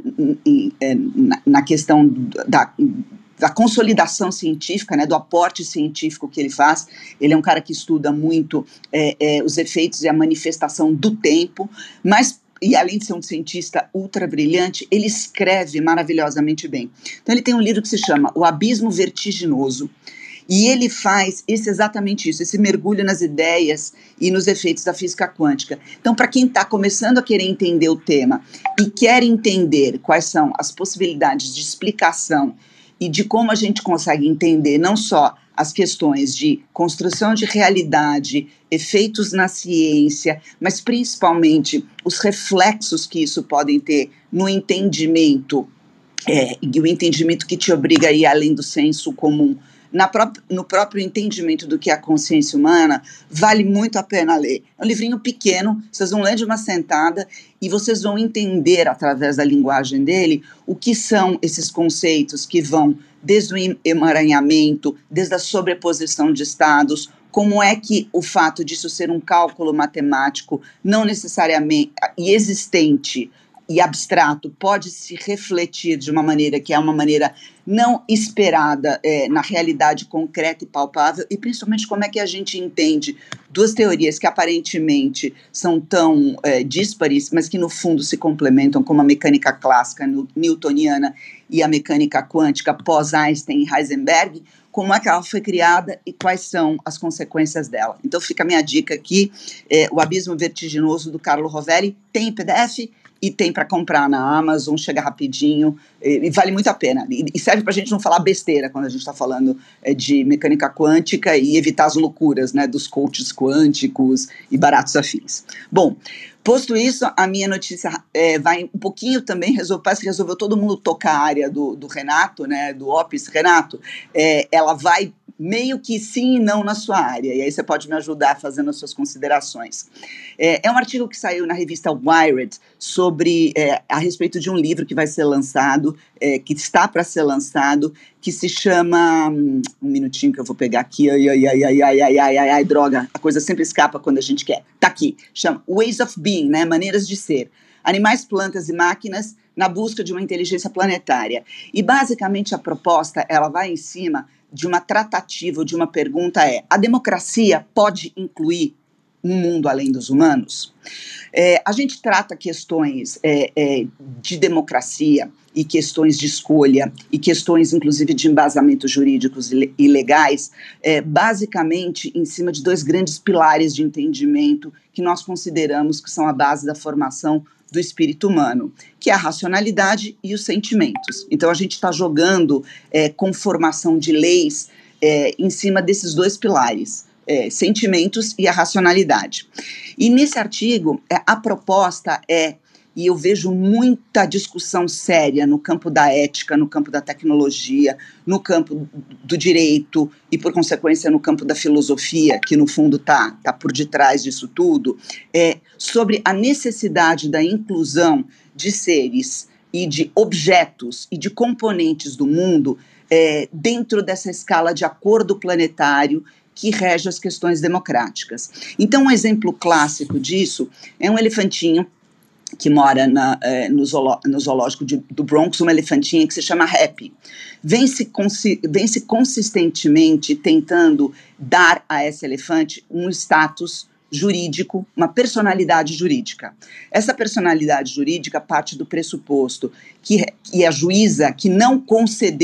é, na, na questão da... da consolidação científica, né, do aporte científico que ele faz. Ele é um cara que estuda muito é, é, os efeitos e a manifestação do tempo, mas, e além de ser um cientista ultra brilhante, ele escreve maravilhosamente bem. Então ele tem um livro que se chama O Abismo Vertiginoso, e ele faz esse, exatamente isso, esse mergulho nas ideias e nos efeitos da física quântica. Então, para quem está começando a querer entender o tema e quer entender quais são as possibilidades de explicação e de como a gente consegue entender não só as questões de construção de realidade, efeitos na ciência, mas principalmente os reflexos que isso podem ter no entendimento, é, e o entendimento que te obriga a ir além do senso comum, na pró- no próprio entendimento do que é a consciência humana, vale muito a pena ler. É um livrinho pequeno, vocês vão ler de uma sentada e vocês vão entender, através da linguagem dele, o que são esses conceitos que vão desde o emaranhamento, desde a sobreposição de estados, como é que o fato disso ser um cálculo matemático não necessariamente e existente e abstrato pode se refletir de uma maneira que é uma maneira não esperada é, na realidade concreta e palpável, e principalmente como é que a gente entende duas teorias que aparentemente são tão é, díspares, mas que no fundo se complementam, como a mecânica clássica newtoniana e a mecânica quântica pós-Einstein e Heisenberg, como é que ela foi criada e quais são as consequências dela. Então fica a minha dica aqui, é, O Abismo Vertiginoso, do Carlo Rovelli, tem em P D F, e tem para comprar na Amazon, chega rapidinho, e, e vale muito a pena. E, e serve para a gente não falar besteira quando a gente está falando é, de mecânica quântica e evitar as loucuras, né, dos coaches quânticos e baratos afins. Bom, posto isso, a minha notícia é, vai um pouquinho também, resolve, parece que resolveu todo mundo tocar a área do, do Renato, né, do Opis. Renato, é, ela vai meio que sim e não na sua área, e aí você pode me ajudar fazendo as suas considerações. É, é um artigo que saiu na revista Wired sobre, é, a respeito de um livro que vai ser lançado, é, que está para ser lançado, que se chama, um minutinho que eu vou pegar aqui, ai, ai, ai, ai, ai, ai, ai, ai, ai, droga, a coisa sempre escapa quando a gente quer, tá aqui, chama Ways of Being, né, maneiras de ser, animais, plantas e máquinas na busca de uma inteligência planetária, e basicamente a proposta, ela vai em cima de uma tratativa, de uma pergunta é, a democracia pode incluir um mundo além dos humanos? É, a gente trata questões é, é, de democracia e questões de escolha e questões, inclusive, de embasamentos jurídicos e, e legais, é, basicamente em cima de dois grandes pilares de entendimento que nós consideramos que são a base da formação do espírito humano, que é a racionalidade e os sentimentos. Então, a gente está jogando é, com formação de leis é, em cima desses dois pilares, é, sentimentos e a racionalidade. E nesse artigo, é, a proposta é, e eu vejo muita discussão séria no campo da ética, no campo da tecnologia, no campo do direito e, por consequência, no campo da filosofia, que no fundo está tá por detrás disso tudo, é, sobre a necessidade da inclusão de seres e de objetos e de componentes do mundo é, dentro dessa escala de acordo planetário que rege as questões democráticas. Então, um exemplo clássico disso é um elefantinho que mora na, eh, no, zoolo, no zoológico de, do Bronx, uma elefantinha que se chama Happy. Vem se, consi, vem se consistentemente tentando dar a essa elefante um status jurídico, uma personalidade jurídica. Essa personalidade jurídica parte do pressuposto que, que a juíza que não concedeu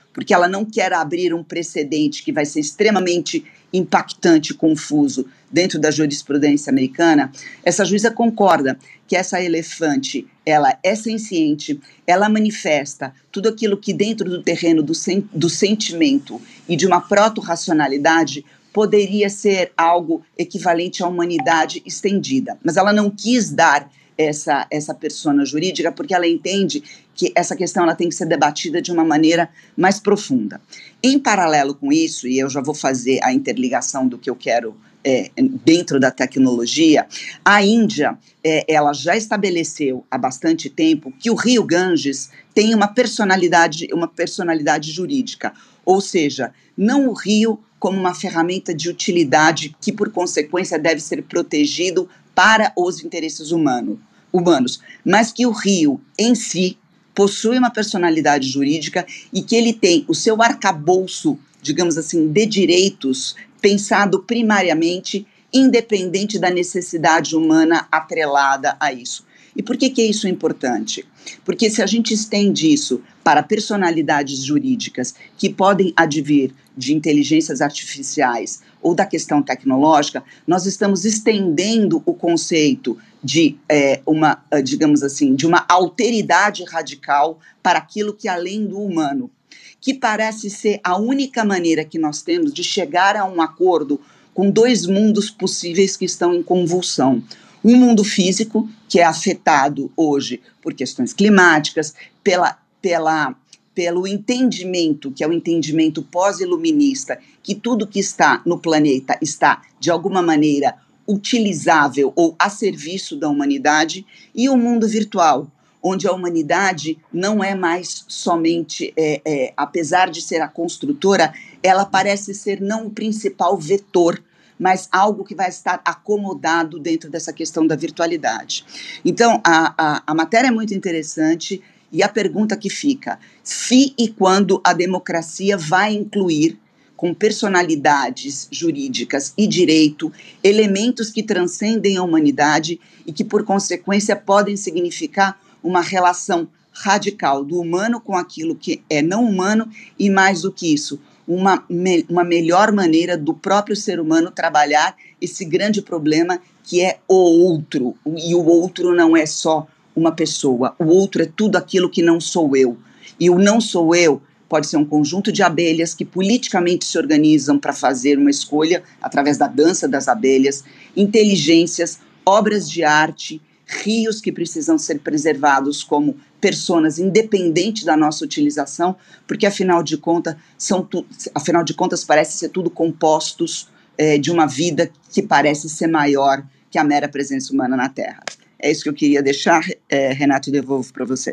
porque ela não quer abrir um precedente que vai ser extremamente impactante e confuso dentro da jurisprudência americana, essa juíza concorda que essa elefante, ela é senciente, ela manifesta tudo aquilo que dentro do terreno do, sen do sentimento e de uma proto-racionalidade poderia ser algo equivalente à humanidade estendida. Mas ela não quis dar essa, essa persona jurídica porque ela entende que essa questão ela tem que ser debatida de uma maneira mais profunda. Em paralelo com isso, e eu já vou fazer a interligação do que eu quero é, dentro da tecnologia, a Índia, é, ela já estabeleceu há bastante tempo que o rio Ganges tem uma personalidade, uma personalidade jurídica, ou seja, não o rio como uma ferramenta de utilidade que, por consequência, deve ser protegido para os interesses humano, humanos, mas que o rio em si possui uma personalidade jurídica e que ele tem o seu arcabouço, digamos assim, de direitos pensado primariamente independente da necessidade humana atrelada a isso. E por que que isso é importante? Porque se a gente estende isso para personalidades jurídicas que podem advir de inteligências artificiais ou da questão tecnológica, nós estamos estendendo o conceito de é, uma, digamos assim, de uma alteridade radical para aquilo que é além do humano, que parece ser a única maneira que nós temos de chegar a um acordo com dois mundos possíveis que estão em convulsão. Um mundo físico, que é afetado hoje por questões climáticas, pela, pela, pelo entendimento, que é o entendimento pós-iluminista, que tudo que está no planeta está, de alguma maneira, utilizável ou a serviço da humanidade, e o mundo virtual, onde a humanidade não é mais somente, é, é, apesar de ser a construtora, ela parece ser não o principal vetor, mas algo que vai estar acomodado dentro dessa questão da virtualidade. Então, a, a, a matéria é muito interessante e a pergunta que fica, se e quando a democracia vai incluir com personalidades jurídicas e direito, elementos que transcendem a humanidade e que, por consequência, podem significar uma relação radical do humano com aquilo que é não humano e, mais do que isso, uma, me, uma melhor maneira do próprio ser humano trabalhar esse grande problema que é o outro. E o outro não é só uma pessoa, o outro é tudo aquilo que não sou eu. E o não sou eu pode ser um conjunto de abelhas que politicamente se organizam para fazer uma escolha através da dança das abelhas, inteligências, obras de arte, rios que precisam ser preservados como personas independente da nossa utilização, porque afinal de contas são tu, afinal de contas parece ser tudo compostos é, de uma vida que parece ser maior que a mera presença humana na Terra. É isso que eu queria deixar, é, Renato, e devolvo para você.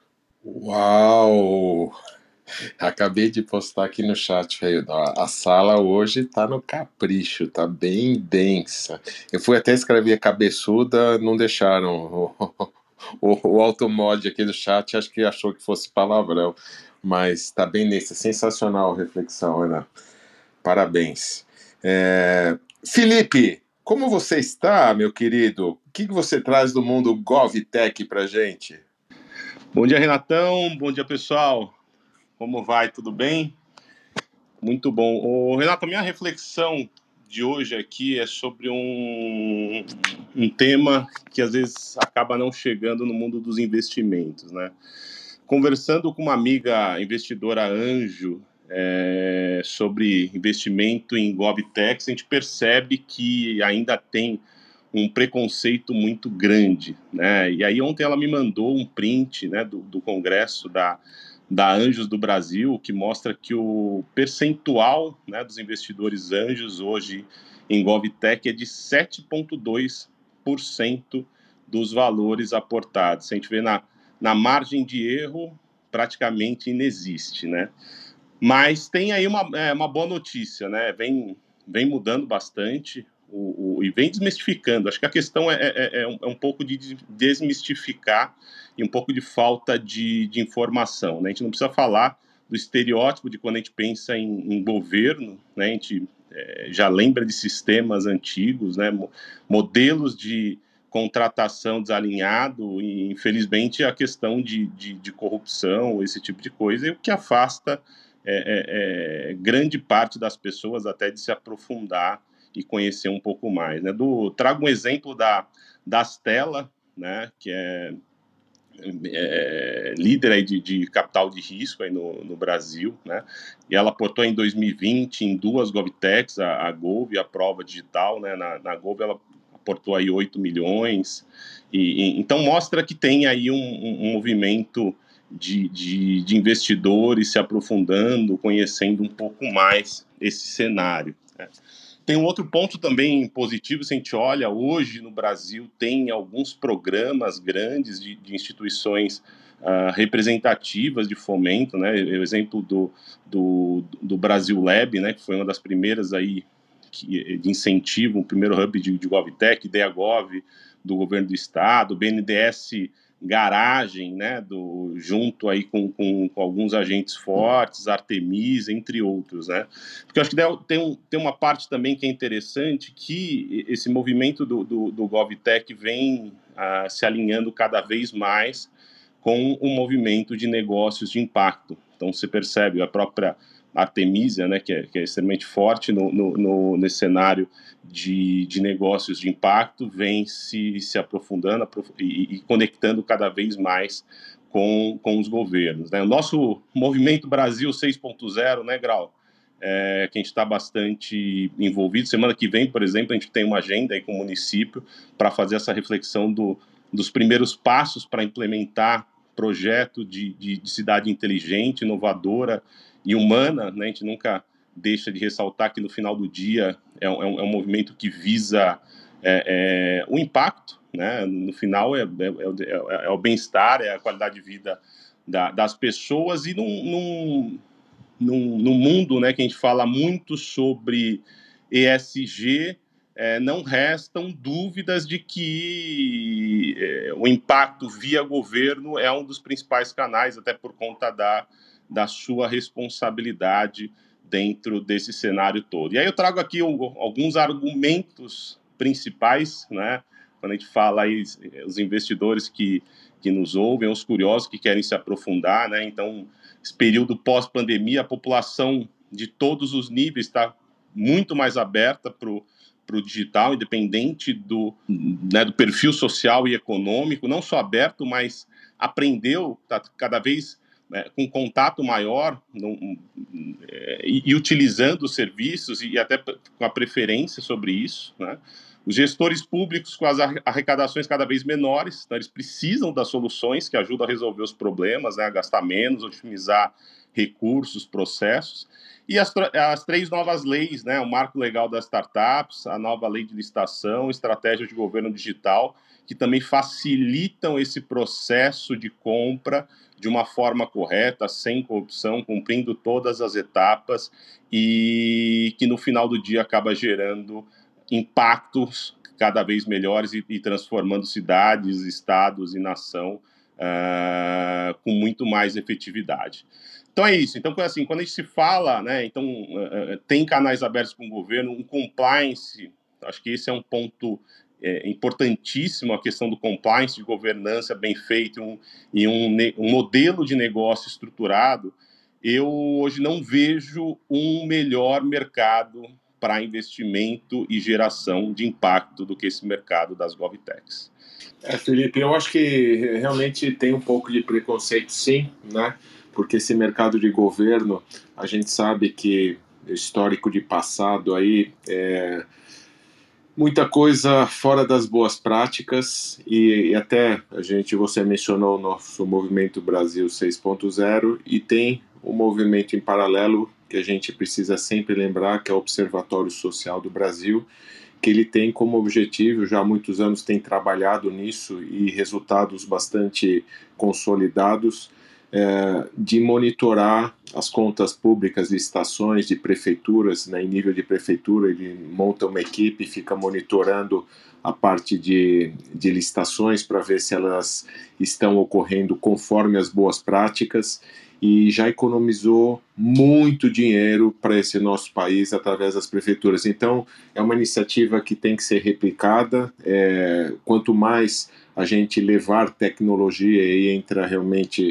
Uau! Acabei de postar aqui no chat, velho. A sala hoje tá no capricho, tá bem densa. Eu fui até escrever cabeçuda, não deixaram. O, o, o automod aqui do chat acho que achou que fosse palavrão, mas tá bem densa. Sensacional a reflexão, Ana. Parabéns. É... Felipe, como você está, meu querido? O que você traz do mundo GovTech pra gente?
Bom dia, Renatão. Bom dia, pessoal. Como vai? Tudo bem? Muito bom. Ô, Renato, a minha reflexão de hoje aqui é sobre um, um tema que às vezes acaba não chegando no mundo dos investimentos, né? Conversando com uma amiga investidora anjo é, sobre investimento em GovTech, a gente percebe que ainda tem um preconceito muito grande, né? E aí ontem ela me mandou um print, né, do, do congresso da, da Anjos do Brasil, que mostra que o percentual, né, dos investidores anjos hoje em GovTech é de sete vírgula dois por cento dos valores aportados. Se a gente vê na, na margem de erro, praticamente inexiste, né? Mas tem aí uma, é, uma boa notícia, né? Vem, vem mudando bastante. O, o, e vem desmistificando. Acho que a questão é, é, é, um, é um pouco de desmistificar e um pouco de falta de, de informação, né? A gente não precisa falar do estereótipo de quando a gente pensa em, em governo, né? A gente é, já lembra de sistemas antigos, né? Modelos de contratação desalinhado e, infelizmente, a questão de, de, de corrupção, esse tipo de coisa, e o que afasta é, é, é, grande parte das pessoas até de se aprofundar e conhecer um pouco mais, né? Do, trago um exemplo da, da Astela, né, que é, é líder aí de, de capital de risco aí no, no Brasil, né? E ela aportou em dois mil e vinte em duas GovTechs, a, a Gov e a Prova Digital, né? Na, na Gov ela aportou aí oito milhões, e, e, então mostra que tem aí um, um, um movimento de, de, de investidores se aprofundando, conhecendo um pouco mais esse cenário, né? Tem um outro ponto também positivo, se a gente olha, hoje no Brasil tem alguns programas grandes de, de instituições uh, representativas de fomento, né? O exemplo do, do, do Brasil Lab, né, que foi uma das primeiras aí que, de incentivo, o primeiro hub de, de GovTech, IdeaGov, do governo do estado, B N D E S Garagem, né, do, junto aí com, com, com alguns agentes fortes, Artemis, entre outros, né, porque eu acho que tem, um, tem uma parte também que é interessante, que esse movimento do, do, do GovTech vem uh, se alinhando cada vez mais com o movimento de negócios de impacto. Então você percebe a própria Artemisia, né, que é, que é extremamente forte no, no, no, nesse cenário de, de negócios de impacto, vem se, se aprofundando aprof e, e conectando cada vez mais com, com os governos, né? O nosso movimento Brasil seis ponto zero, né, Grau, é, que a gente está bastante envolvido. Semana que vem, por exemplo, a gente tem uma agenda aí com o município para fazer essa reflexão do, dos primeiros passos para implementar projeto de, de, de cidade inteligente, inovadora e humana, né? A gente nunca deixa de ressaltar que no final do dia é um, é um movimento que visa é, é, o impacto, né? No final é, é, é, é o bem-estar, é a qualidade de vida da, das pessoas, e num, num, num, num mundo, né, que a gente fala muito sobre E S G, É, não restam dúvidas de que é, o impacto via governo é um dos principais canais, até por conta da, da sua responsabilidade dentro desse cenário todo. E aí eu trago aqui o, alguns argumentos principais, né, quando a gente fala aí, os investidores que, que nos ouvem, os curiosos que querem se aprofundar, né, então, esse período pós-pandemia, a população de todos os níveis está muito mais aberta para o para o digital, independente do, né, do perfil social e econômico, não só aberto, mas aprendeu, tá cada vez né, com contato maior no, é, e, e utilizando os serviços e até com a preferência sobre isso, né? Os gestores públicos com as arrecadações cada vez menores, então eles precisam das soluções que ajudam a resolver os problemas, né, a gastar menos, otimizar recursos, processos. E as, as três novas leis, né, o marco legal das startups, a nova lei de licitação, estratégia de governo digital, que também facilitam esse processo de compra de uma forma correta, sem corrupção, cumprindo todas as etapas, e que no final do dia acaba gerando impactos cada vez melhores e, e transformando cidades, estados e nação uh, com muito mais efetividade. Então é isso. Então, assim, quando a gente se fala, né, então uh, tem canais abertos com o governo, um compliance, acho que esse é um ponto é, importantíssimo, a questão do compliance, de governança bem feito um, e um, um modelo de negócio estruturado. Eu hoje não vejo um melhor mercado para investimento e geração de impacto do que esse mercado das GovTechs.
É, Felipe, eu acho que realmente tem um pouco de preconceito, sim, né? Porque esse mercado de governo, a gente sabe que histórico de passado aí é muita coisa fora das boas práticas, e, e até a gente, você mencionou o nosso movimento Brasil seis ponto zero, e tem um movimento em paralelo que a gente precisa sempre lembrar, que é o Observatório Social do Brasil, que ele tem como objetivo, já há muitos anos tem trabalhado nisso e resultados bastante consolidados, é, de monitorar as contas públicas de estações, de prefeituras, né, em nível de prefeitura. Ele monta uma equipe e fica monitorando a parte de, de licitações para ver se elas estão ocorrendo conforme as boas práticas, e já economizou muito dinheiro para esse nosso país através das prefeituras. Então, é uma iniciativa que tem que ser replicada. É, quanto mais a gente levar tecnologia, e entra realmente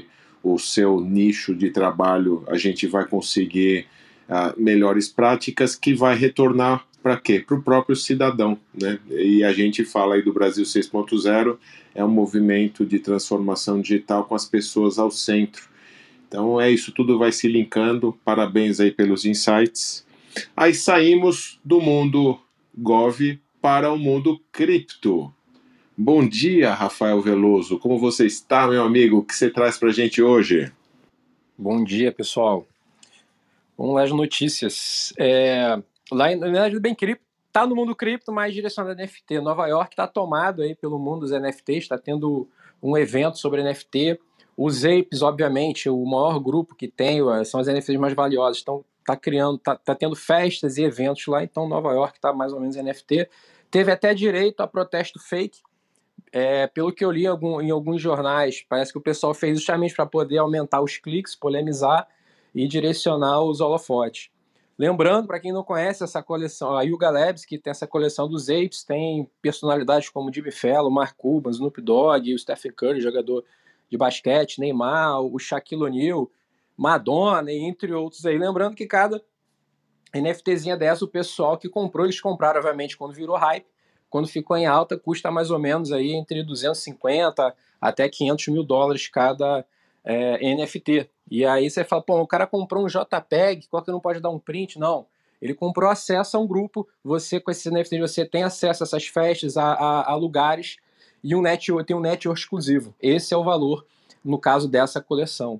o seu nicho de trabalho, a gente vai conseguir uh, melhores práticas que vai retornar para quê? Para o próprio cidadão, né? E a gente fala aí do Brasil seis ponto zero, é um movimento de transformação digital com as pessoas ao centro. Então é isso, tudo vai se linkando. Parabéns aí pelos insights. Aí saímos do mundo Gov para o mundo cripto. Bom dia, Rafael Veloso. Como você está, meu amigo? O que você traz para a gente hoje?
Bom dia, pessoal. Vamos lá as notícias. É, lá em, na verdade, bem cripto, está no mundo cripto, mas direcionado a N F T. Nova York está tomado aí pelo mundo dos N F Ts, está tendo um evento sobre N F T. Os Apes, obviamente, o maior grupo que tem, são as N F Ts mais valiosas. Então, está criando, está tá tendo festas e eventos lá. Então, Nova York está mais ou menos N F T. Teve até direito a protesto fake. É, pelo que eu li em, algum, em alguns jornais, parece que o pessoal fez justamente para poder aumentar os cliques, polemizar e direcionar os holofotes. Lembrando, para quem não conhece essa coleção, a Yuga Labs, que tem essa coleção dos Apes, tem personalidades como Jimmy Fallon, Mark Cuban, Snoop Dogg, o Stephen Curry, jogador de basquete, Neymar, o Shaquille O'Neal, Madonna, entre outros aí. Lembrando que cada NFTzinha dessa, o pessoal que comprou, eles compraram, obviamente, quando virou hype. Quando ficou em alta, custa mais ou menos aí entre duzentos e cinquenta até quinhentos mil dólares cada é, N F T. E aí você fala, pô, o cara comprou um JPEG, qual que não pode dar um print? Não. Ele comprou acesso a um grupo, você com esses N F Ts, você tem acesso a essas festas, a, a, a lugares, e um network, tem um network exclusivo. Esse é o valor, no caso dessa coleção.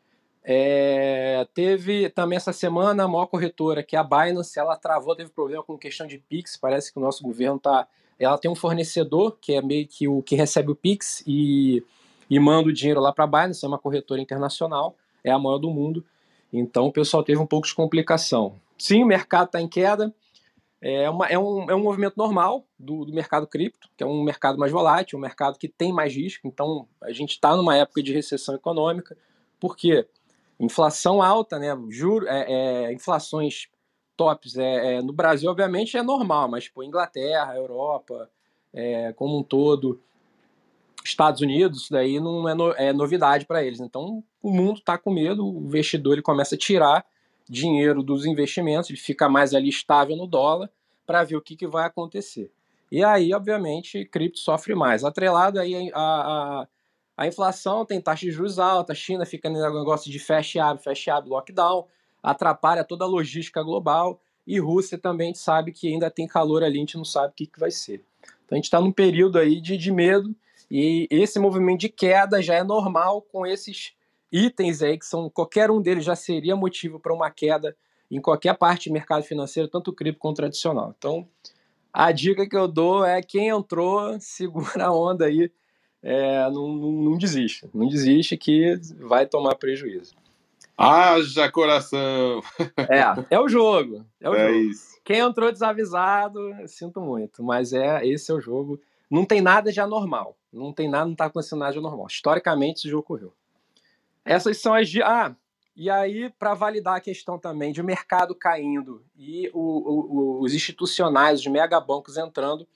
É, teve também essa semana a maior corretora, que é a Binance, ela travou, teve problema com questão de Pix, parece que o nosso governo tá, ela tem um fornecedor, que é meio que o que recebe o Pix e, e manda o dinheiro lá para a Binance, é uma corretora internacional, é a maior do mundo, então o pessoal teve um pouco de complicação. Sim, o mercado está em queda, é, uma, é, um, é um movimento normal do, do mercado cripto, que é um mercado mais volátil, um mercado que tem mais risco, então a gente está numa época de recessão econômica, por quê? Inflação alta, né? Juro, é, é, inflações tops. É, é, no Brasil, obviamente, é normal, mas pô, Inglaterra, Europa, é, como um todo, Estados Unidos, isso daí não é, no, é novidade para eles. Então, o mundo está com medo, o investidor ele começa a tirar dinheiro dos investimentos, ele fica mais ali estável no dólar para ver o que, que vai acontecer. E aí, obviamente, cripto sofre mais. Atrelado aí a, a a inflação, tem taxa de juros alta, a China fica no negócio de fecha e abre, fecha e abre, lockdown, atrapalha toda a logística global, e Rússia também a gente sabe que ainda tem calor ali, a gente não sabe o que, que vai ser. Então a gente está num período aí de, de medo, e esse movimento de queda já é normal com esses itens aí, que são, qualquer um deles já seria motivo para uma queda em qualquer parte do mercado financeiro, tanto cripto quanto tradicional. Então, a dica que eu dou é quem entrou, segura a onda aí, É, não, não, não desiste, não desiste que vai tomar prejuízo.
Haja coração!
É, é o jogo, é o
É
jogo.
isso.
Quem entrou desavisado, sinto muito, mas é esse é o jogo. Não tem nada de anormal, não tem nada, não está acontecendo nada de anormal. Historicamente, esse jogo ocorreu. Essas são as... Ah, e aí, para validar a questão também de mercado caindo e o, o, os institucionais, os megabancos entrando,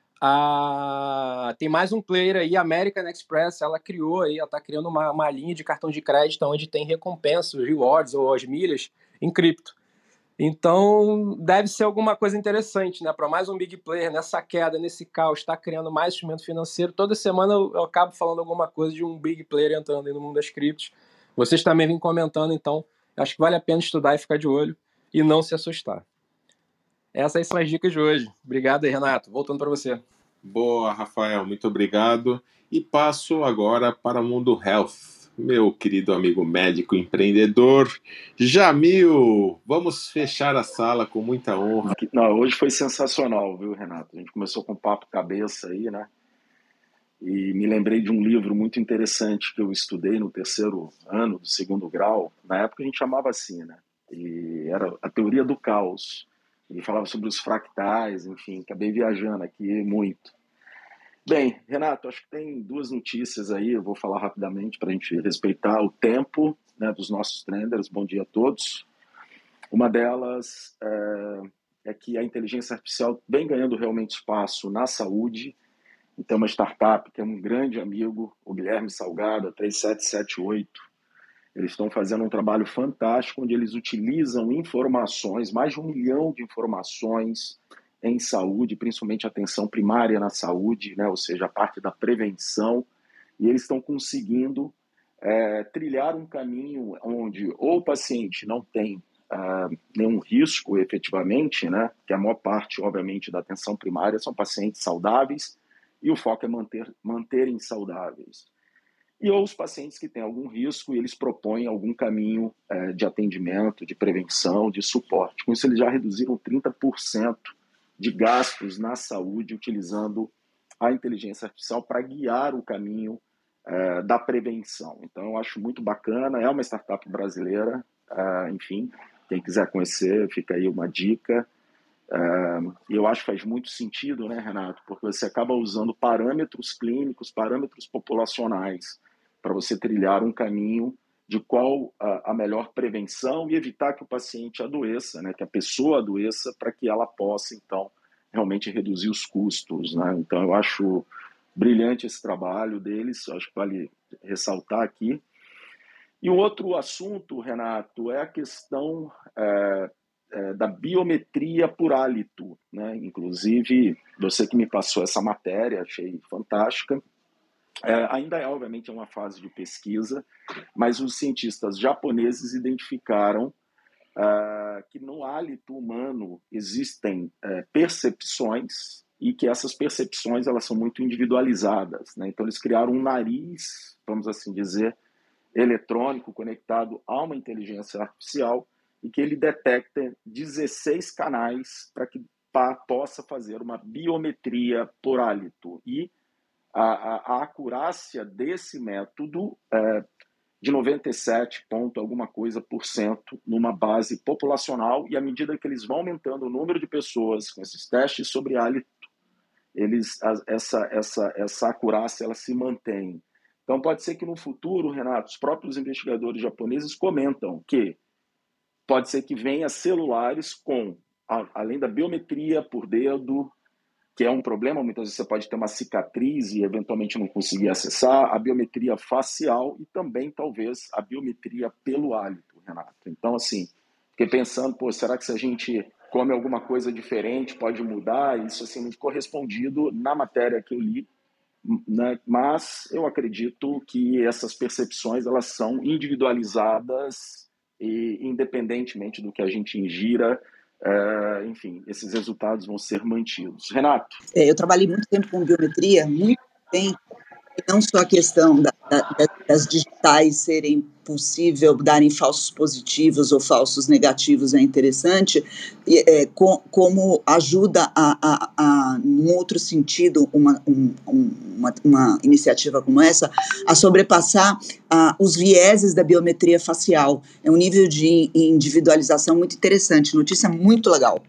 Ah, tem mais um player aí, a American Express, ela criou aí, ela está criando uma, uma linha de cartão de crédito onde tem recompensas, rewards ou as milhas em cripto. Então deve ser alguma coisa interessante, né? Para mais um big player nessa queda, nesse caos, está criando mais instrumento financeiro. Toda semana eu, eu acabo falando alguma coisa de um big player entrando aí no mundo das criptos. Vocês também vêm comentando, então acho que vale a pena estudar e ficar de olho e não se assustar. Essas são as dicas de hoje. Obrigado aí, Renato. Voltando para você.
Boa, Rafael, muito obrigado. E passo agora para o Mundo Health. Meu querido amigo médico empreendedor, Jamil, vamos fechar a sala com muita honra.
Não, hoje foi sensacional, viu, Renato? A gente começou com um papo cabeça aí, né? E me lembrei de um livro muito interessante que eu estudei no terceiro ano do segundo grau. Na época a gente chamava assim, né? E era a teoria do caos. Ele falava sobre os fractais, enfim, acabei viajando aqui muito. Bem, Renato, acho que tem duas notícias aí, eu vou falar rapidamente para a gente respeitar o tempo, né, dos nossos trenders. Bom dia a todos. Uma delas é, é que a inteligência artificial vem ganhando realmente espaço na saúde. Então, uma startup que é um grande amigo, o Guilherme Salgado, a três sete sete oito, Eles estão fazendo um trabalho fantástico, onde eles utilizam informações, mais de um milhão de informações em saúde, principalmente atenção primária na saúde, né? Ou seja, a parte da prevenção, e eles estão conseguindo é, trilhar um caminho onde ou o paciente não tem Uh, nenhum risco efetivamente, né? Que a maior parte, obviamente, da atenção primária são pacientes saudáveis e o foco é manter, manterem saudáveis. E ou os pacientes que têm algum risco e eles propõem algum caminho uh, de atendimento, de prevenção, de suporte. Com isso, eles já reduziram trinta por cento de gastos na saúde utilizando a inteligência artificial para guiar o caminho uh, da prevenção. Então, eu acho muito bacana, é uma startup brasileira, uh, enfim. Quem quiser conhecer, fica aí uma dica. Uh, e eu acho que faz muito sentido, né, Renato? Porque você acaba usando parâmetros clínicos, parâmetros populacionais, para você trilhar um caminho de qual a, a melhor prevenção e evitar que o paciente adoeça, né, que a pessoa adoeça, para que ela possa, então, realmente reduzir os custos, né? Então, eu acho brilhante esse trabalho deles, acho que vale ressaltar aqui. E o outro assunto, Renato, é a questão é, é, da biometria por hálito, né? Inclusive, você que me passou essa matéria, achei fantástica. É, ainda é, obviamente, uma fase de pesquisa, mas os cientistas japoneses identificaram é, que no hálito humano existem é, percepções e que essas percepções elas são muito individualizadas, né? Então, eles criaram um nariz, vamos assim dizer, eletrônico conectado a uma inteligência artificial e que ele detecta dezesseis canais para que pa, possa fazer uma biometria por hálito. E a, a, a acurácia desse método é de noventa e sete ponto alguma coisa por cento numa base populacional, e à medida que eles vão aumentando o número de pessoas com esses testes sobre hálito, eles, essa, essa, essa acurácia ela se mantém. Então, pode ser que no futuro, Renato, os próprios investigadores japoneses comentam que pode ser que venha celulares com, além da biometria por dedo, que é um problema, muitas vezes você pode ter uma cicatriz e eventualmente não conseguir acessar, a biometria facial e também, talvez, a biometria pelo hálito, Renato. Então, assim, fiquei pensando, pô, será que se a gente come alguma coisa diferente pode mudar? Isso, assim, não ficou respondido na matéria que eu li, né? Mas eu acredito que essas percepções elas são individualizadas e independentemente do que a gente ingira, é, enfim, esses resultados vão ser mantidos. Renato?
É, eu trabalhei muito tempo com biometria, muito tempo, e não só a questão da, da, das digitais serem possível darem falsos positivos ou falsos negativos é interessante, e, é, com, como ajuda a, a, a, num outro sentido, uma, um, uma, uma iniciativa como essa, a sobrepassar a, os vieses da biometria facial. É um nível de individualização muito interessante, notícia muito legal.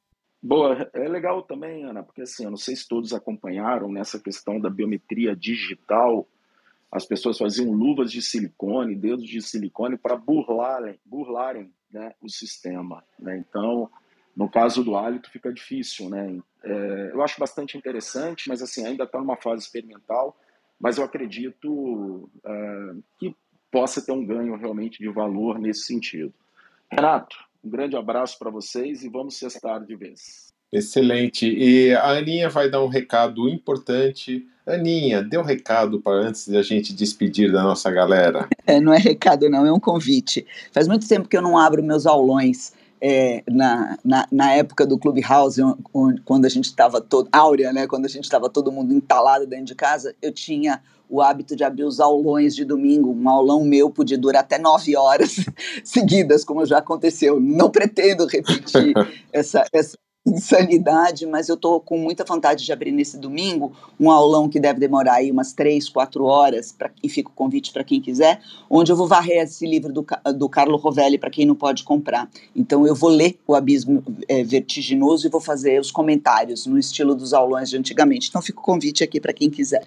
Boa, é legal também, Ana, porque assim, eu não sei se todos acompanharam nessa questão da biometria digital, as pessoas faziam luvas de silicone, dedos de silicone para burlarem, burlarem, né, o sistema, né? Então, no caso do hálito fica difícil, né? É, eu acho bastante interessante, mas assim, ainda está numa fase experimental, mas eu acredito é, que possa ter um ganho realmente de valor nesse sentido. Renato, um grande abraço para vocês e vamos sextar de vez.
Excelente. E a Aninha vai dar um recado importante. Aninha, dê um recado para antes da gente despedir da nossa galera.
É, não é recado não, é um convite. Faz muito tempo que eu não abro meus aulões. É, na, na, na época do Clubhouse, quando a gente estava todo... Áurea, né? Quando a gente estava todo mundo entalado dentro de casa, eu tinha o hábito de abrir os aulões de domingo. Um aulão meu podia durar até nove horas seguidas, como já aconteceu. Não pretendo repetir essa, essa insanidade, mas eu estou com muita vontade de abrir nesse domingo um aulão que deve demorar aí umas três, quatro horas, pra, e fica o convite para quem quiser, onde eu vou varrer esse livro do, do Carlo Rovelli para quem não pode comprar. Então eu vou ler O Abismo é, Vertiginoso e vou fazer os comentários no estilo dos aulões de antigamente. Então fica o convite aqui para quem quiser.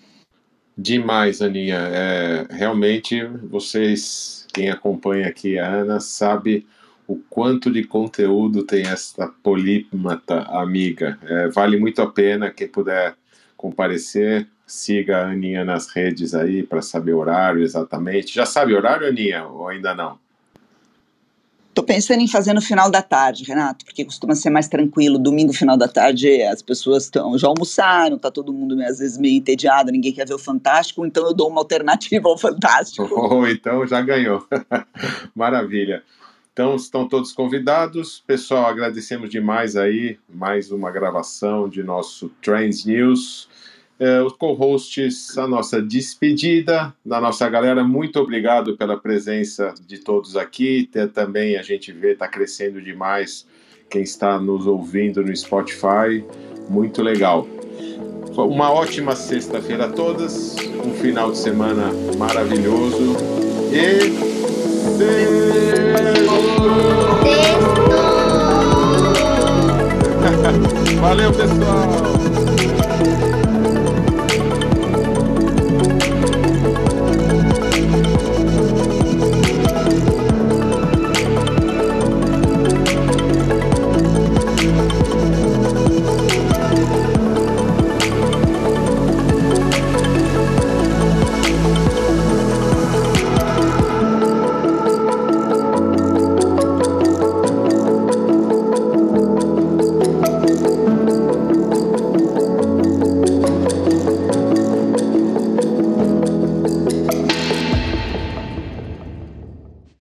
Demais, Aninha. É, realmente, vocês, quem acompanha aqui a Ana, sabe o quanto de conteúdo tem essa polímata amiga. É, vale muito a pena quem puder comparecer. siga a Aninha nas redes aí para saber o horário exatamente. Já sabe o horário, Aninha, ou ainda não?
Tô pensando em fazer no final da tarde, Renato, porque costuma ser mais tranquilo. Domingo, final da tarde, as pessoas estão já almoçaram, tá todo mundo às vezes meio entediado, ninguém quer ver o Fantástico, então eu dou uma alternativa ao Fantástico.
Oh, então já ganhou. Maravilha. Então estão todos convidados. Pessoal, agradecemos demais aí, mais uma gravação de nosso Trends News. É, os co-hosts, a nossa despedida da nossa galera, muito obrigado pela presença de todos aqui. Tem, também a gente vê, está crescendo demais quem está nos ouvindo no Spotify, muito legal. Uma ótima sexta-feira a todas, um final de semana maravilhoso e... Valeu, pessoal!